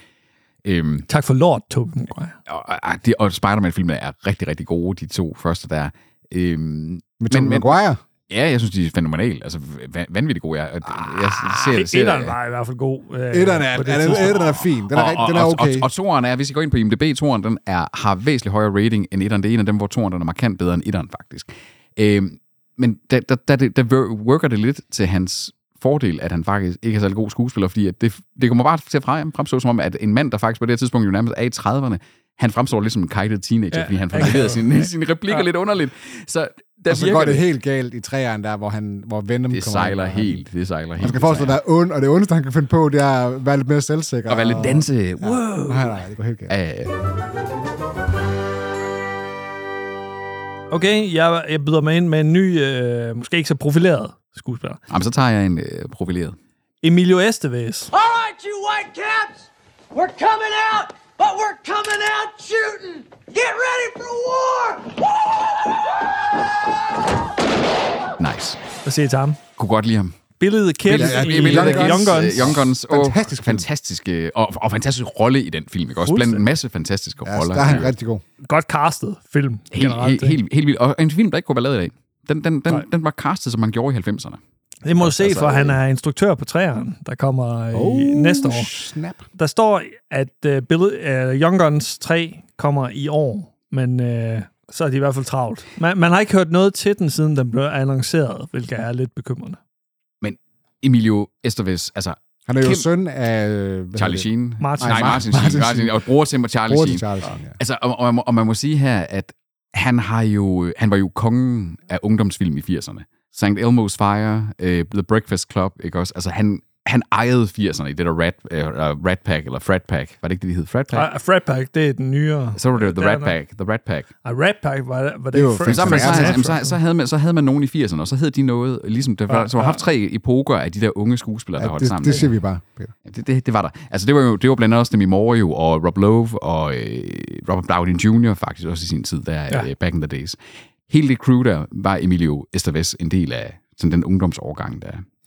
Øhm, tak for lort, Tobey Maguire. Og, og, og Spider-Man-filmene er rigtig, rigtig gode, de to første der. Øhm, med Tobey Maguire? Ja, jeg synes, de er fænomenale. Altså, vanvittigt gode. Jeg, jeg, jeg ser, ser, etteren var i hvert fald god. Øh, etteren er, er, er, er fin. Den er, og, den er okay. Og, og, og toeren er, hvis I går ind på I M D B, toeren den er, har væsentligt højere rating end etteren. Det er en af dem, hvor toeren den er markant bedre end etteren, faktisk. Øhm, men der, der, der, der worker det lidt til hans fordel, at han faktisk ikke er særlig god skuespiller, fordi at det, det kommer bare til at fremstå som om, at en mand, der faktisk på det her tidspunkt jo nærmest er i trediverne, han fremstår lidt som en kajtet teenager, ja, fordi han får leveret sine, sine replikker ja. lidt underligt. Så der og så går det, det helt galt i træerne der, hvor, han, hvor Venom det kommer. Sejler helt, det sejler helt. Man skal forestille dig, ond, og det ondeste, han kan finde på, det er at være lidt mere selvsikker. Og være lidt danse. Ja. Wow. Nej, nej, det går helt galt. Ja, ja. Okay, jeg, jeg byder mig ind med en ny, øh, måske ikke så profileret skuespiller. Jamen, så tager jeg en øh, profileret. Emilio Estevez. All right, you white caps! We're coming out, but we're coming out shooting! Get ready for war! Nice. Hvad siger I til ham? Kunne godt lide ham. Billede Kid ja, ja, i Young Guns. Young Guns. Young Guns. Fantastisk oh, fantastiske, og, og fantastisk rolle i den film. Ikke? Også blandt en masse fantastiske ja, roller. Der er han rigtig god. Godt castet film. Helt, helt, helt, helt vildt. Og en film, der ikke kunne være lavet i dag. Den, den, den, den var castet, som man gjorde i halvfemserne. Det må du se, altså, for han er instruktør på træeren, der kommer oh, i næste år. Snap. Der står, at uh, Bill, uh, Young Guns tre kommer i år, men uh, så er de i hvert fald travlt. Man, man har ikke hørt noget til den, siden den blev annonceret, hvilket er lidt bekymrende. Men Emilio Estevez, altså... Han er jo Kim, søn af... Charlie Sheen. Martin. Nej, Martin, Martin Sheen. Martin, og bror til Charlie Sheen. Charlie Sheen ja. Altså, og, og, og man må sige her, at han, har jo, han var jo kongen af ungdomsfilm i firserne. Sankt Elmo's Fire, uh, The Breakfast Club, ikke også? Altså, han, han ejede firserne i det der Rat, uh, Rat Pack, eller Frat Pack. Var det ikke det, de hed? Frat Pack? Uh, Frat Pack, det er den nyere. Så var det The Rat Pack. The Rat Pack. Uh, Rat Pack, var det, var det, det var first, så, så, så, så, havde man, så havde man nogen i firserne, og så hed de noget, ligesom det var, ja, så var ja. haft tre epoker af de der unge skuespillere, der ja, holdt det, sammen. Det siger vi bare, Peter. Ja, det, det, det var der. Altså, det var jo det var blandt andet også Demi Moore jo, og Rob Lowe, og øh, Robert Downey junior faktisk også i sin tid, der ja. øh, back in the days. Hele det crew der var Emilio Estevez en del af sådan den ungdomsårgang der.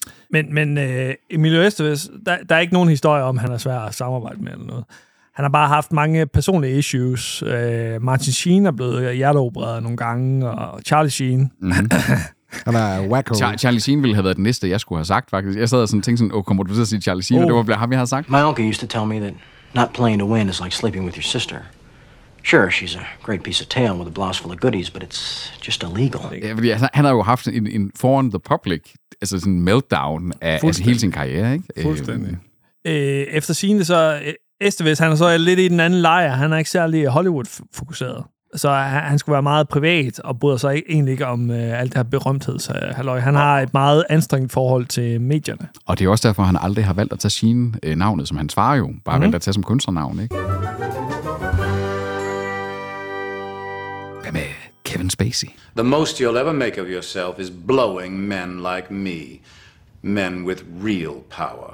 Men, men uh, Emilio Estevez, der, der er ikke nogen historie om, han er svær at samarbejde med eller noget. Han har bare haft mange personlige issues. Uh, Martin Sheen er blevet hjerteopereret nogle gange, og Charlie Sheen. Mm-hmm. Han er wacko. Char- Charlie Sheen ville have været den næste, jeg skulle have sagt, faktisk. Jeg sad og sådan tænkte sådan, åh, kommer du til at sige Charlie Sheen, oh. og det var ham, jeg havde sagt. My uncle used to tell me that not playing to win is like sleeping with your sister. Sure, she's a great piece of tail with a blouse full of goodies, but it's just illegal. Ja, fordi altså, han har jo haft en, en foran the public, altså sådan en meltdown af altså, hele sin karriere, ikke? Fuldstændig. Øh, efter sigende så, Estevez, han er så lidt i den anden lejr. Han er ikke særlig Hollywood-fokuseret. Så han, han skulle være meget privat, og bryder sig ikke, egentlig ikke om øh, alt det her berømthedshalløj. Han har et meget anstrengt forhold til medierne. Og det er også derfor, han aldrig har valgt at tage Sheen-navnet, som hans far jo bare mm-hmm. valgt at tage som kunstnernavn, ikke? Hvad med Kevin Spacey? The most you'll ever make of yourself is blowing men like me. Men with real power.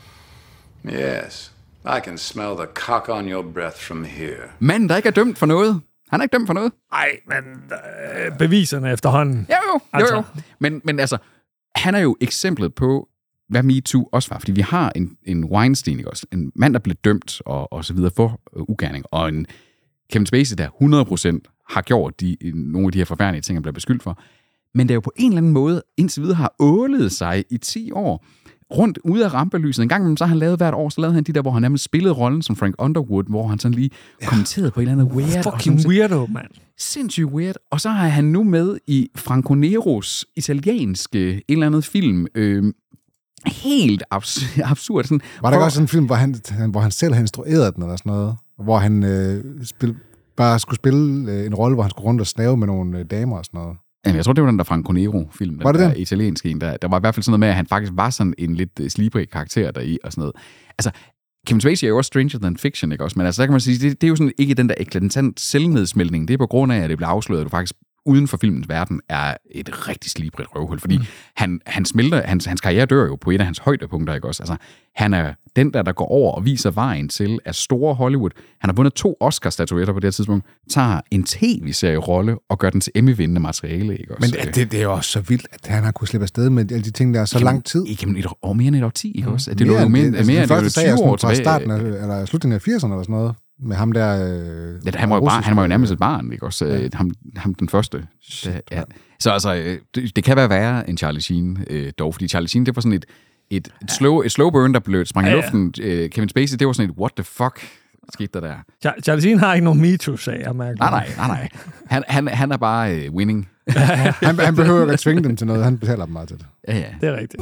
Yes, I can smell the cock on your breath from here. Manden, der ikke er dømt for noget. Han er ikke dømt for noget. Nej, men øh, beviserne efterhånden. Jo, jo, altså. jo, jo. Men, men altså, han er jo eksemplet på, hvad MeToo også var. Fordi vi har en, en Weinstein, ikke også? En mand, der blev dømt og, og så videre for uh, ugerning. Og en Kevin Spacey, der hundrede procent har gjort de, nogle af de her forfærdelige ting, han bliver beskyldt for. Men det er jo på en eller anden måde, indtil videre har ålet sig i ti år rundt ude af rampelyset. En gang imellem, så har han lavet hvert år, så lavede han de der, hvor han nærmest spillede rollen som Frank Underwood, hvor han sådan lige ja. kommenterede på et eller andet weird. Fucking weirdo, mand. Sindssygt weird. Og så har han nu med i Franco Neros italienske en eller andet film. Øh, helt abs- absurd. Sådan, var der hvor... også en film, hvor han, hvor han selv har instrueret den, eller sådan noget? Hvor han øh, spil, bare skulle spille øh, en rolle, hvor han skulle rundt og snave med nogle øh, damer og sådan noget? Jamen, jeg tror, det var den der Franco Nero-film. Var det den? Den italienske en. Der, der var i hvert fald sådan noget med, at han faktisk var sådan en lidt slibrig karakter deri og sådan noget. Altså, Kevin Spacey er jo også Stranger Than Fiction, ikke også? Men altså, der kan man sige, det, det er jo sådan ikke den der eklatant selvnedsmeltning. Det er på grund af, at det bliver afsløret, at du faktisk uden for filmens verden er et rigtig slibrigt røvhul. Fordi mm. han, han smelter, hans, hans karriere dør jo på et af hans højdepunkter, ikke også? Altså, han er den der, der går over og viser vejen til at store Hollywood. Han har vundet to Oscar-statuetter på det her tidspunkt, tager en tv-serie-rolle og gør den til Emmy-vindende materiale, ikke også? Men det, det er jo også så vildt, at han har kunnet slippe afsted med alle de ting, der er så Jamen, lang tid. Igennem et år, mere end et år ti, ikke også? Mm. Det lå jo mere, altså, mere end første sag tyve år tilbage. Fra starten af, eller slutningen af firserne eller sådan noget. Med ham der... Øh, ja, han, var jo bare, han var jo nærmest et barn, ikke også? Ja. Ham, ham den første. Shit, ja. Så altså, det, det kan være værre end Charlie Sheen øh, dog, fordi Charlie Sheen, det var sådan et, et, et, slow, et slow burn, der blev sprang i ja, ja. luften. Øh, Kevin Spacey, det var sådan et, what the fuck skete der der? Charlie Sheen har ikke nogen MeToo-sag, jeg mærker. Nej, nej, nej, nej. Han, han, han er bare øh, winning. han, han behøver ikke at tvinge dem til noget, han betaler dem meget til det. Ja, ja. Det er rigtigt.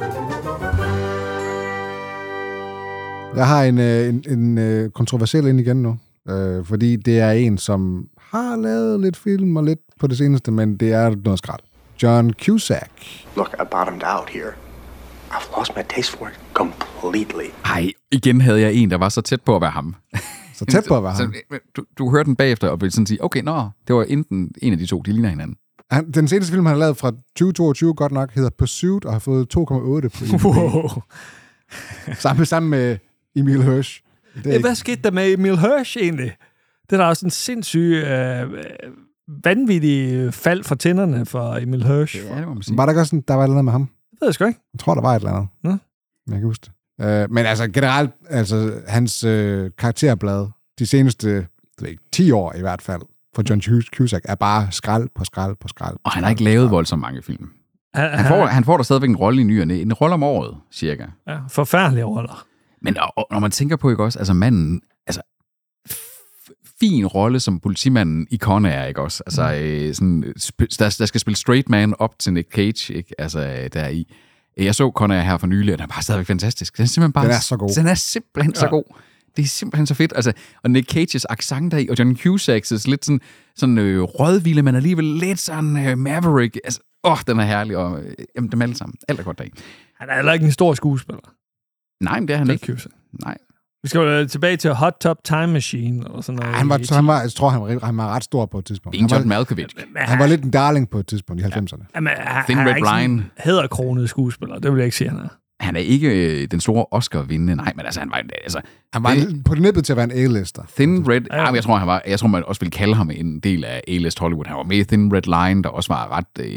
Jeg har en, en, en, en kontroversiel ind igen nu, øh, fordi det er en, som har lavet lidt film og lidt på det seneste, men det er noget skrald. John Cusack. Look, I bottomed out here. I've lost my taste for it completely. Ej, igen havde jeg en, der var så tæt på at være ham. Så tæt på at være ham? Så, du, du hørte den bagefter og ville sådan sige, okay, nå, det var enten en af de to, de ligner hinanden. Han, den seneste film, han har lavet fra tyve toogtyve, godt nok, hedder Pursuit, og har fået to komma otte på I M D B. Wow. Sammen, sammen med Emil Hirsch. Det Hvad skete der med Emil Hirsch egentlig? Det er da også en sindssyg, øh, vanvittig fald fra tænderne for Emil Hirsch. Ja, det må man sige. Var der ikke også sådan, der var et eller andet med ham? Det ved jeg sgu ikke. Jeg tror, der var et eller andet. Nå? Jeg kan huske det. Uh, men altså generelt, altså hans uh, karakterblad, de seneste ikke, ti år i hvert fald, for John Cusack, er bare skrald på skrald på skrald. Og han har ikke lavet voldsomt mange film. Han får, han får der stadigvæk en rolle i ny og næ. En rolle om året, cirka. Ja, forfærdelige roller. Men og, når man tænker på, ikke også, altså manden, altså f- fin rolle som politimanden i Con Air, ikke også? Altså mm. øh, sådan, sp- der, der skal spille straight man op til Nick Cage, ikke? Altså der i. Jeg så Con Air her for nylig, og den er bare stadigvæk fantastisk. Den er simpelthen bare... Den er så god. Den er simpelthen ja. så god. Det er simpelthen så fedt. Altså, og Nick Cages accent der i, og John Cusacks lidt sådan, sådan øh, rødvilde, men alligevel lidt sådan øh, maverick. Altså, åh, den er herlig, og øh, jamen, dem alle sammen. Alt er godt deri. Han er heller ikke en stor skuespiller. Nej, men det er han ikke. Cusack. Nej. Vi skal jo tilbage til Hot Top Time Machine og sådan noget. Han var, han var, jeg tror, han var, han var ret stor på et tidspunkt. Ingen John Malkovich. Han, han var lidt en darling på et tidspunkt i halvfemserne. Ja. Jamen, han, Thin han Red er ikke Line. hæderkronet skuespiller, det vil jeg ikke sige, han er. Han er ikke øh, den store Oscar-vindende, nej, men altså, han var... Altså, han var det, på det nippet til at være en A-lister. Thin Red... Ja, ja. Jeg tror, han var, jeg tror, man også ville kalde ham en del af A-list Hollywood. Han var med i Thin Red Line, der også var ret... Øh,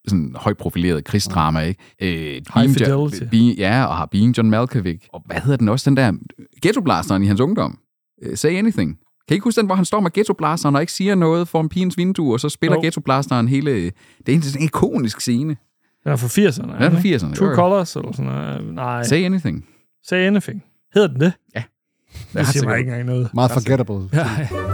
sådan højt profileret krigsdrama, ikke? Øh, High Being Fidelity. Jo- Being, ja, og har Being John Malkovich. Og hvad hedder den også, den der ghettoblasteren i hans ungdom? Uh, Say Anything. Kan I ikke huske den, hvor han står med ghettoblasteren og ikke siger noget foran pigens vindue, og så spiller Jo. ghettoblasteren hele... Det er en, en ikonisk scene. Den er fra firserne. Den er fra firserne. True jo, jo. Colors eller sådan noget. Nej. Say Anything. Say Anything. Hedder den det? Ja. Det siger mig ikke engang noget. Meget forgettable. Ja.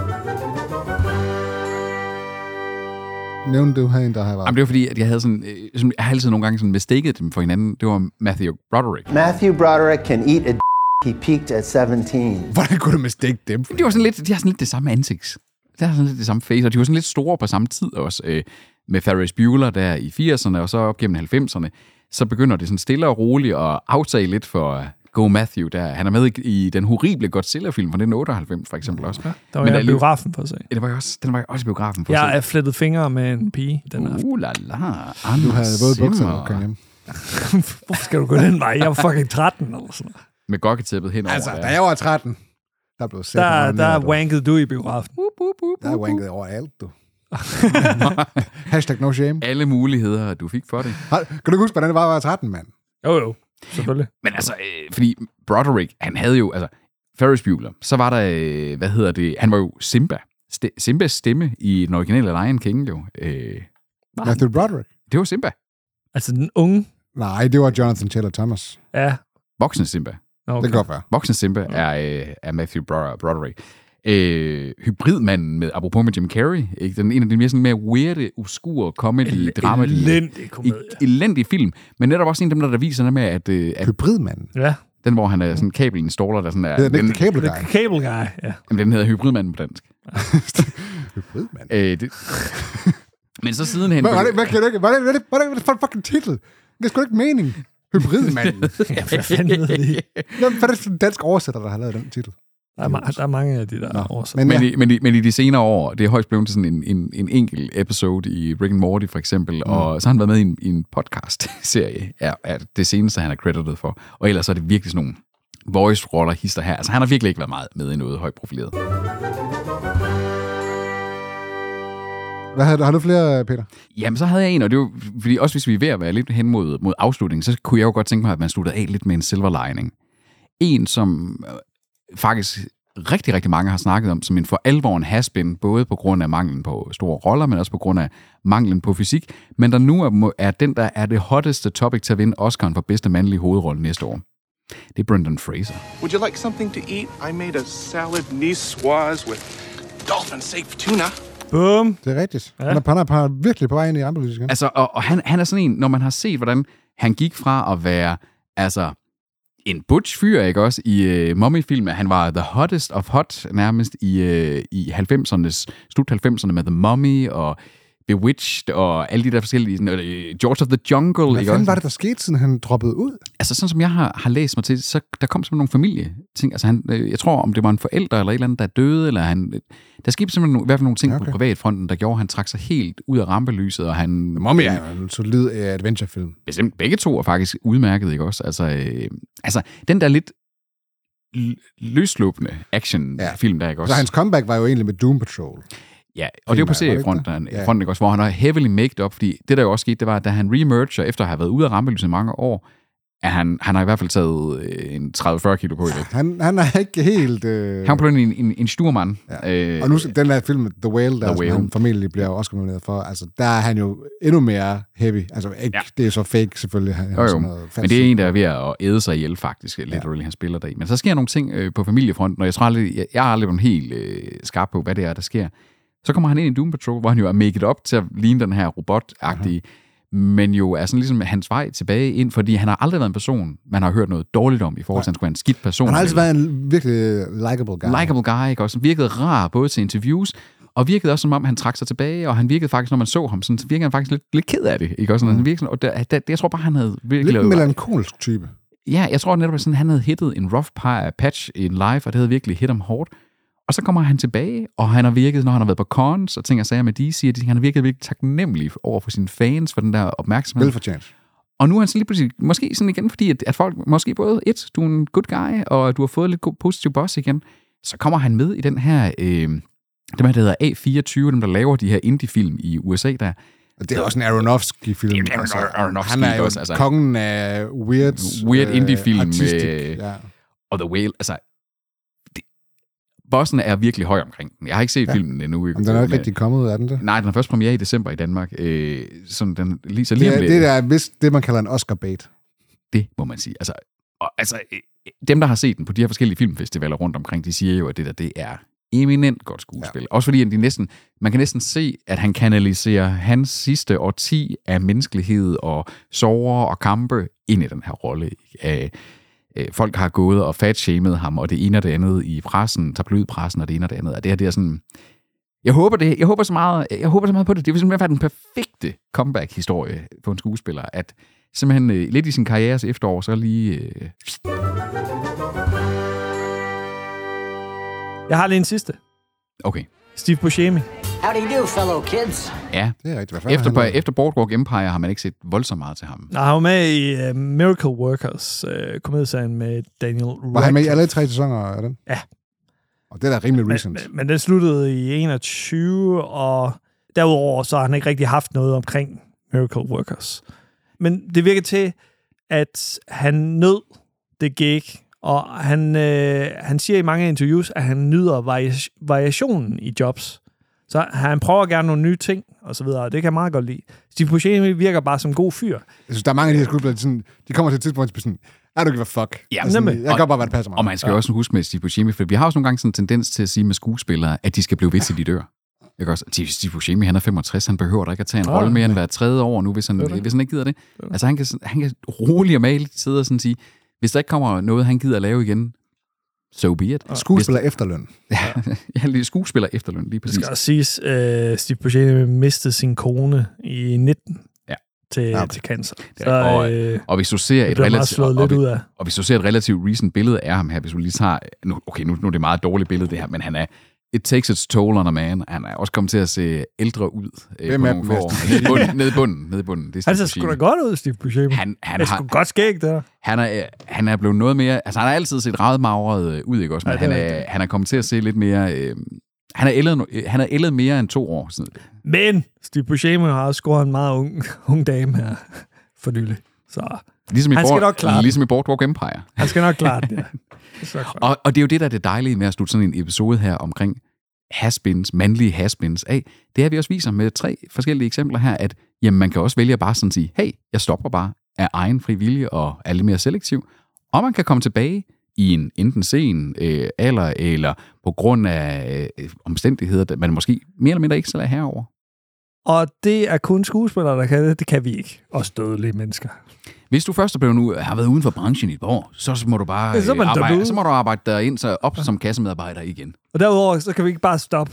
Nævnte du her en, der har været? Jamen, det var fordi, at jeg havde sådan... Øh, sådan jeg har altid nogle gange sådan mistaket dem for hinanden. Det var Matthew Broderick. Matthew Broderick can eat a d- he peaked at seventeen. Hvordan kunne du mistake dem? De var sådan lidt, de har sådan lidt det samme ansigts. De har sådan lidt det samme face, og de var sådan lidt store på samme tid også. Øh, med Ferris Bueller der i firserne, og så op gennem halvfemserne. Så begynder det sådan stille og roligt at aftage lidt for... Go Matthew, der. Han er med i, i den horrible Godzilla-film fra nitten otteoghalvfems, for eksempel også. Ja, der var Men jeg i biografen for at se. Ja, det var jeg også, den var jeg også i biografen for at jeg se. Jeg er flettet fingre med en pige den aften. Uh la la. Du havde både bukser og kom hjem. Hvorfor skal du gå den vej? Jeg var fucking tretten eller sådan noget. Med gokketæppet henover. Altså, der. da jeg var tretten, der blev sæt Der, der wankede du i biografen. Der er wanket over alt, du. Hashtag no shame. Alle muligheder, du fik for det. Kan du huske, hvordan det var at være tretten, mand? Jo, jo. Selvfølgelig. Men altså, øh, fordi Broderick, han havde jo, altså, Ferris Bueller, så var der, øh, hvad hedder det, han var jo Simba. St- Simbas stemme i den originale Lion King, jo. Øh, Matthew Broderick? Det var Simba. Altså den unge? Nej, det var Jonathan Taylor Thomas. Ja. Voksen Simba. Okay. Det kan godt være. Voksen Simba er, øh, er Matthew Broderick. Øh, hybridmanden med, apropos med Jim Carrey, ikke? Den en af de mere, sådan, mere weirde, obskure comedy, drama. Elendig komedie. Elendig film, men netop også en af dem, der, der viser noget med, at... Øh, at hybridmanden? Ja. Den, hvor han er sådan en kabelinstaller, der sådan er... Det er den cable guy. The cable guy, ja. Jamen, den hedder hybridmanden på dansk. Hybridmanden? Øh, det... Men så sidenhen... Hvad, hvad, hvad kan du ikke... Hvad er det, hvad er det, hvad er det for en fucking titel? Det er sgu ikke mening. Hybridmanden. Ja, hvad fanden ved det? Hvad er det for en dansk oversætter, der har lavet den titel? Der er, ma- der er mange af de der oversætter. Men, ja. men, i, men, i, men i de senere år, det er højst blevet til sådan en, en, en enkelt episode i Rick and Morty for eksempel, mm. og så har han været med i en, i en podcast-serie, er, er det seneste, han er credited for. Og ellers er det virkelig sådan nogle voice-roller hister her. Altså han har virkelig ikke været meget med i noget højt profileret. Hvad har, har du flere, Peter? Jamen, så havde jeg en, og det var, fordi også hvis vi er ved at være lidt hen mod, mod afslutningen, så kunne jeg jo godt tænke mig, at man sluttede af lidt med en silver lining. En, som øh, faktisk rigtig, rigtig mange har snakket om, som en for alvor en has-been, både på grund af manglen på store roller, men også på grund af manglen på fysik, men der nu er, er den, der er det hotteste topic til at vinde Oscar'en for bedste mandlige hovedrolle næste år. Det er Brendan Fraser. Would you like something to eat? I made a salad niçoise with dolphin safe tuna. Boom. Det er rigtigt. Ja. Han, er, han, er, han er virkelig på vej ind i rampelyset igen. Altså, og, og han, han er sådan en, når man har set, hvordan han gik fra at være, altså, en butch fyr, ikke også, i uh, Mummy-filmen. Han var the hottest of hot, nærmest, i, uh, i halvfemsernes, slut halvfemserne med The Mummy, og Bewitched, og alle de der forskellige, sådan, uh, George of the Jungle. Hvad fanden var det, der skete, siden han droppede ud? Altså, sådan som jeg har, har læst mig til, så der kom simpelthen nogle familieting. Altså, han, jeg tror, om det var en forælder eller et eller andet, der døde, eller han... Der skete simpelthen nogle, i hvert fald nogle ting okay. på privatfronten, der gjorde, at han trak sig helt ud af rampelyset, og han... Mummy er jo en solid adventurefilm. Bestemt, begge to er faktisk udmærket, ikke også? Altså, øh, altså den der lidt løsluppende actionfilm, ja. Der, ikke også? Så hans comeback var jo egentlig med Doom Patrol. Ja, og det er jo på seriefronten, ja. Fronten, ikke også, hvor han er heavily maked up, fordi det der jo også skete, det var, at da han remerger, efter at have været ude af rampelyset i mange år, at han, han har i hvert fald taget øh, en tredive til fyrre kilo på i det. Han, han er ikke helt... Øh... Han er på en, en, en sturmand. Ja. Øh, og nu den der film, The Whale, der The Whale. Familie bliver også nomineret for, altså der er han jo endnu mere heavy. Altså ikke, ja. Det er så fake selvfølgelig. Han, jo, jo. Noget men det er en, der er ved at æde sig ihjel faktisk, literally, ja. Han spiller der i. Men så sker nogle ting øh, på familiefronten, og jeg tror aldrig, jeg, jeg er aldrig blevet helt øh, skarp på, hvad det er, der sker. Så kommer han ind i Doom Patrol, hvor han jo er make it up til at ligne den her robot-agtige, uh-huh. men jo er sådan ligesom hans vej tilbage ind, fordi han har aldrig været en person, man har hørt noget dårligt om, i forhold til, at han skulle være en skidt person. Han har altid været en virkelig likable guy. Likable guy, ikke også? Virkede rar, både til interviews, og virkede også som om, han trak sig tilbage, og han virkede faktisk, når man så ham, sådan, så virkede han faktisk lidt, lidt ked af det, ikke også? Mm. Virkede, og der, der, jeg tror bare, han havde virkelig... Lidt en melankolsk type. Ja, jeg tror netop, sådan, han havde hittet en rough patch i en live, og det havde virkelig hit ham hårdt. Og så kommer han tilbage, og han har virket, når han har været på cons, og ting og sager med D C, og han har virket virkelig taknemmelig over for sine fans, for den der opmærksomhed. Velfortjent. Og nu er han så lige pludselig, måske sådan igen, fordi at, at folk, måske både, et, du er en good guy, og du har fået lidt god, positiv boss igen, så kommer han med i den her, øh, dem her, der hedder A fireogtyve, dem der laver de her indie-film i U S A der, Og det er også en Aronofsky-film. Det er altså, Aronofsky han er jo også, altså, kongen af weird, weird øh, indie-film. artistic, Med, ja. Og The Whale, altså... Det, bossen er virkelig høj omkring den. Jeg har ikke set ja. filmen endnu. Men den er jo ikke rigtig kommet ud af den, der. Nej, den har først premiere i december i Danmark. Øh, sådan den, lige, så det, lige er, lidt, det er vist det, man kalder en Oscar-bait. Det må man sige. Altså, og, altså, dem, der har set den på de her forskellige filmfestivaler rundt omkring, de siger jo, at det der, det er eminent godt skuespil. Ja. Også fordi de næsten, man kan næsten se, at han kanaliserer hans sidste årti af menneskelighed og sorger og kampe ind i den her rolle. Æh, folk har gået og fatshamed ham, og det ene og det andet i pressen, tabloidpressen og det ene og det andet. Og det her, det er sådan... Jeg håber, det, jeg håber så meget, jeg håber så meget på det. Det vil simpelthen være den perfekte comeback-historie på en skuespiller, at simpelthen øh, lidt i sin karrieres efterår, så lige... Øh... Jeg har lige en sidste. Okay. Steve Buscemi. How do you do, fellow kids? Ja, det er rigtigt. Hvad efter, på, efter Boardwalk Empire har man ikke set voldsomt meget til ham. Nej, han var med i uh, Miracle Workers, uh, komedieserien med Daniel Radcliffe. Var han med i alle tre sæsoner af den? Ja. Og det er da rimelig recent. Men, men, men den sluttede i enogtyve, og derudover så har han ikke rigtig haft noget omkring Miracle Workers. Men det virker til, at han nød det gig, og han, øh, han siger i mange interviews, at han nyder vari- variationen i jobs. Så han prøver gerne nogle nye ting, og så videre, og det kan jeg meget godt lide. Steve Buscemi virker bare som en god fyr. Jeg synes, der er mange af de her skuespillere, sådan, de kommer til et tidspunkt, og sådan, I don't give a fuck. Ja, altså, jeg kan godt bare, hvad det passer mig. Og man skal ja. også huske med Steve Buscemi, for vi har også nogle gange sådan en tendens til at sige med skuespillere, at de skal blive ved til de dør. Jeg kan også, Steve Buscemi, han er femogtres, han behøver da ikke at tage en oh, rolle mere end hver tredje år nu, hvis han, det det. hvis han ikke gider det. det altså, han kan, han kan roligt og maligt sidde og sådan sige, hvis der ikke kommer noget, han gider at lave igen, so be it. Skuespiller hvis, efterløn. Ja, ja, skuespiller efterløn, lige præcis. Det skal også siges, uh, Steve Buscemi mistede sin kone i nitten ja. til, ja, okay. til cancer. Så, og, øh, og hvis du ser et relativt og, og, ud af. og hvis du ser et relativt recent billede af ham her, hvis du lige tager, nu, okay, nu, nu er det meget dårligt billede det her, men han er It takes its toll on a man. Han er også kommet til at se ældre ud. Hvem er den nede i bunden, nede i bunden, nede i bunden. Det er han ser sgu da godt ud, Steve Buscemi. Han, han det er sgu godt skægt, der. Han er, han er blevet noget mere... Altså, han har altid set rædmagret ud, ikke også? Men ja, han, er, han er kommet til at se lidt mere... Øh, han er ældet, han er ældet mere end to år siden. Men Steve Buscemi har også scoret en meget ung, ung dame her for nylig. Så ligesom i han skal nok klare Ligesom i Boardwalk Empire. Han skal nok klare det, ja. og, og det er jo det, der er det dejlige med at slutte sådan en episode her omkring haspins, mandlige haspins af, det er, at vi også viser med tre forskellige eksempler her, at jamen, man kan også vælge at bare sådan sige, hey, jeg stopper bare af egen fri vilje og er lidt mere selektiv, og man kan komme tilbage i en enten sen øh, alder, eller på grund af øh, omstændigheder, der man måske mere eller mindre ikke selv er herover. Og det er kun skuespillere, der kan det. Det kan vi ikke. Også dødelige mennesker. Hvis du først er blevet nu, har været uden for branchen i et år, så må du bare ja, så, øh, arbejde, så må du arbejde dig ind så op som kassemedarbejder igen. Og derudover, så kan vi ikke bare stoppe.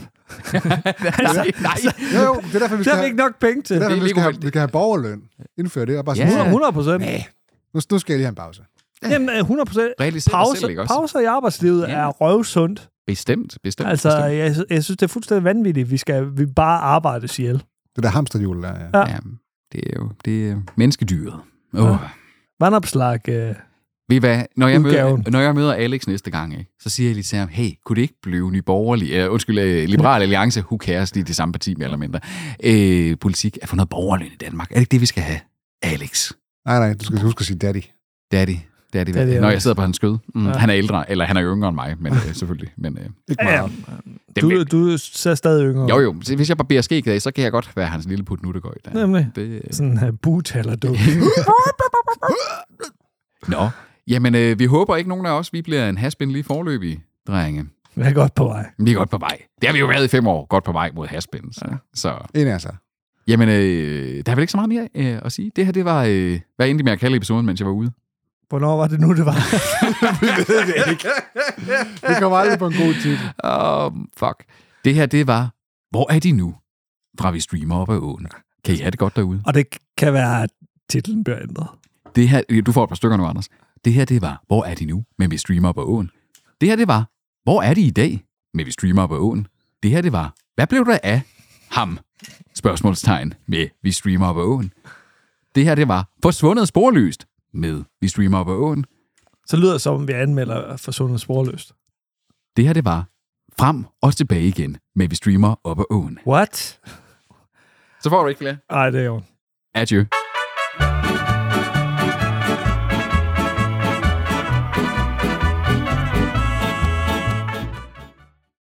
altså, nej. Jo, jo, det er derfor, vi skal have... vi ikke nok penge til. Det er derfor, vi skal have, vi kan have borgerløn. Indføre det og bare ja. hundrede procent. Nej, nu, nu skal jeg lige have en pause. Jamen, hundrede procent. Pauser, pauser i arbejdslivet ja. er røvsundt. Bestemt, bestemt. Altså, bestemt. Jeg, jeg synes, det er fuldstændig vanvittigt. Vi skal vi bare arbejde ihjel. Det der hamsterhjul der, ja. ja. ja. Det er jo det er menneskedyret. Oh. Ja. Vandopslag... Øh, Ved I hvad? Når jeg, møder, når jeg møder Alex næste gang, ikke, så siger jeg lige til ham, hey, kunne det ikke blive Nye Borgerlige, uh, undskyld, uh, Liberal Alliance, who cares, de er det samme parti mere eller mindre. Uh, politik er for noget borgerløn i Danmark. Er det ikke det, vi skal have, Alex? Nej, nej, du skal huske at sige daddy. Daddy. Daddy, daddy når jeg sidder på hans skød. Mm, ja. Han er ældre, eller han er yngre end mig, men uh, selvfølgelig. Men, uh, ikke meget. Ja, du, du ser stadig yngre. Jo, jo. Hvis jeg barberer skæg af, så kan jeg godt være hans lille put nuttegøj. Nemlig. Det, sådan en uh, butaler, du. Nå. Jamen, øh, vi håber ikke nogen af os, vi bliver en haspin lige forløbig, drenge. Vi er godt på vej. Vi er godt på vej. Det har vi jo været i fem år, godt på vej mod haspins. Ja. Så. En af sig. Jamen, øh, der er vel ikke så meget mere øh, at sige. Det her, det var, øh, hvad endte med at kalde episoden, mens jeg var ude? Hvornår var det nu, det var? Vi ved det ikke. Vi kommer aldrig på en god tid. Oh, fuck. Det her, det var, hvor er de nu? Fra vi streamer op ad åen. Kan I have det godt derude? Og det kan være, at titlen bliver ændret. Det her, du får et par stykker nu, Anders. Det her, det var, hvor er de nu, men vi streamer på åen. Det her, det var, hvor er de i dag, men vi streamer på åen. Det her, det var, hvad blev der af ham? Spørgsmålstegn med, vi streamer på åen. Det her, det var, forsvundet sporløst med, vi streamer på åen. Så lyder det som, om vi anmelder forsvundet sporløst. Det her, det var, frem og tilbage igen, med vi streamer op ad åen. What? Så får du ikke flere. Nej, det er jo. Adieu.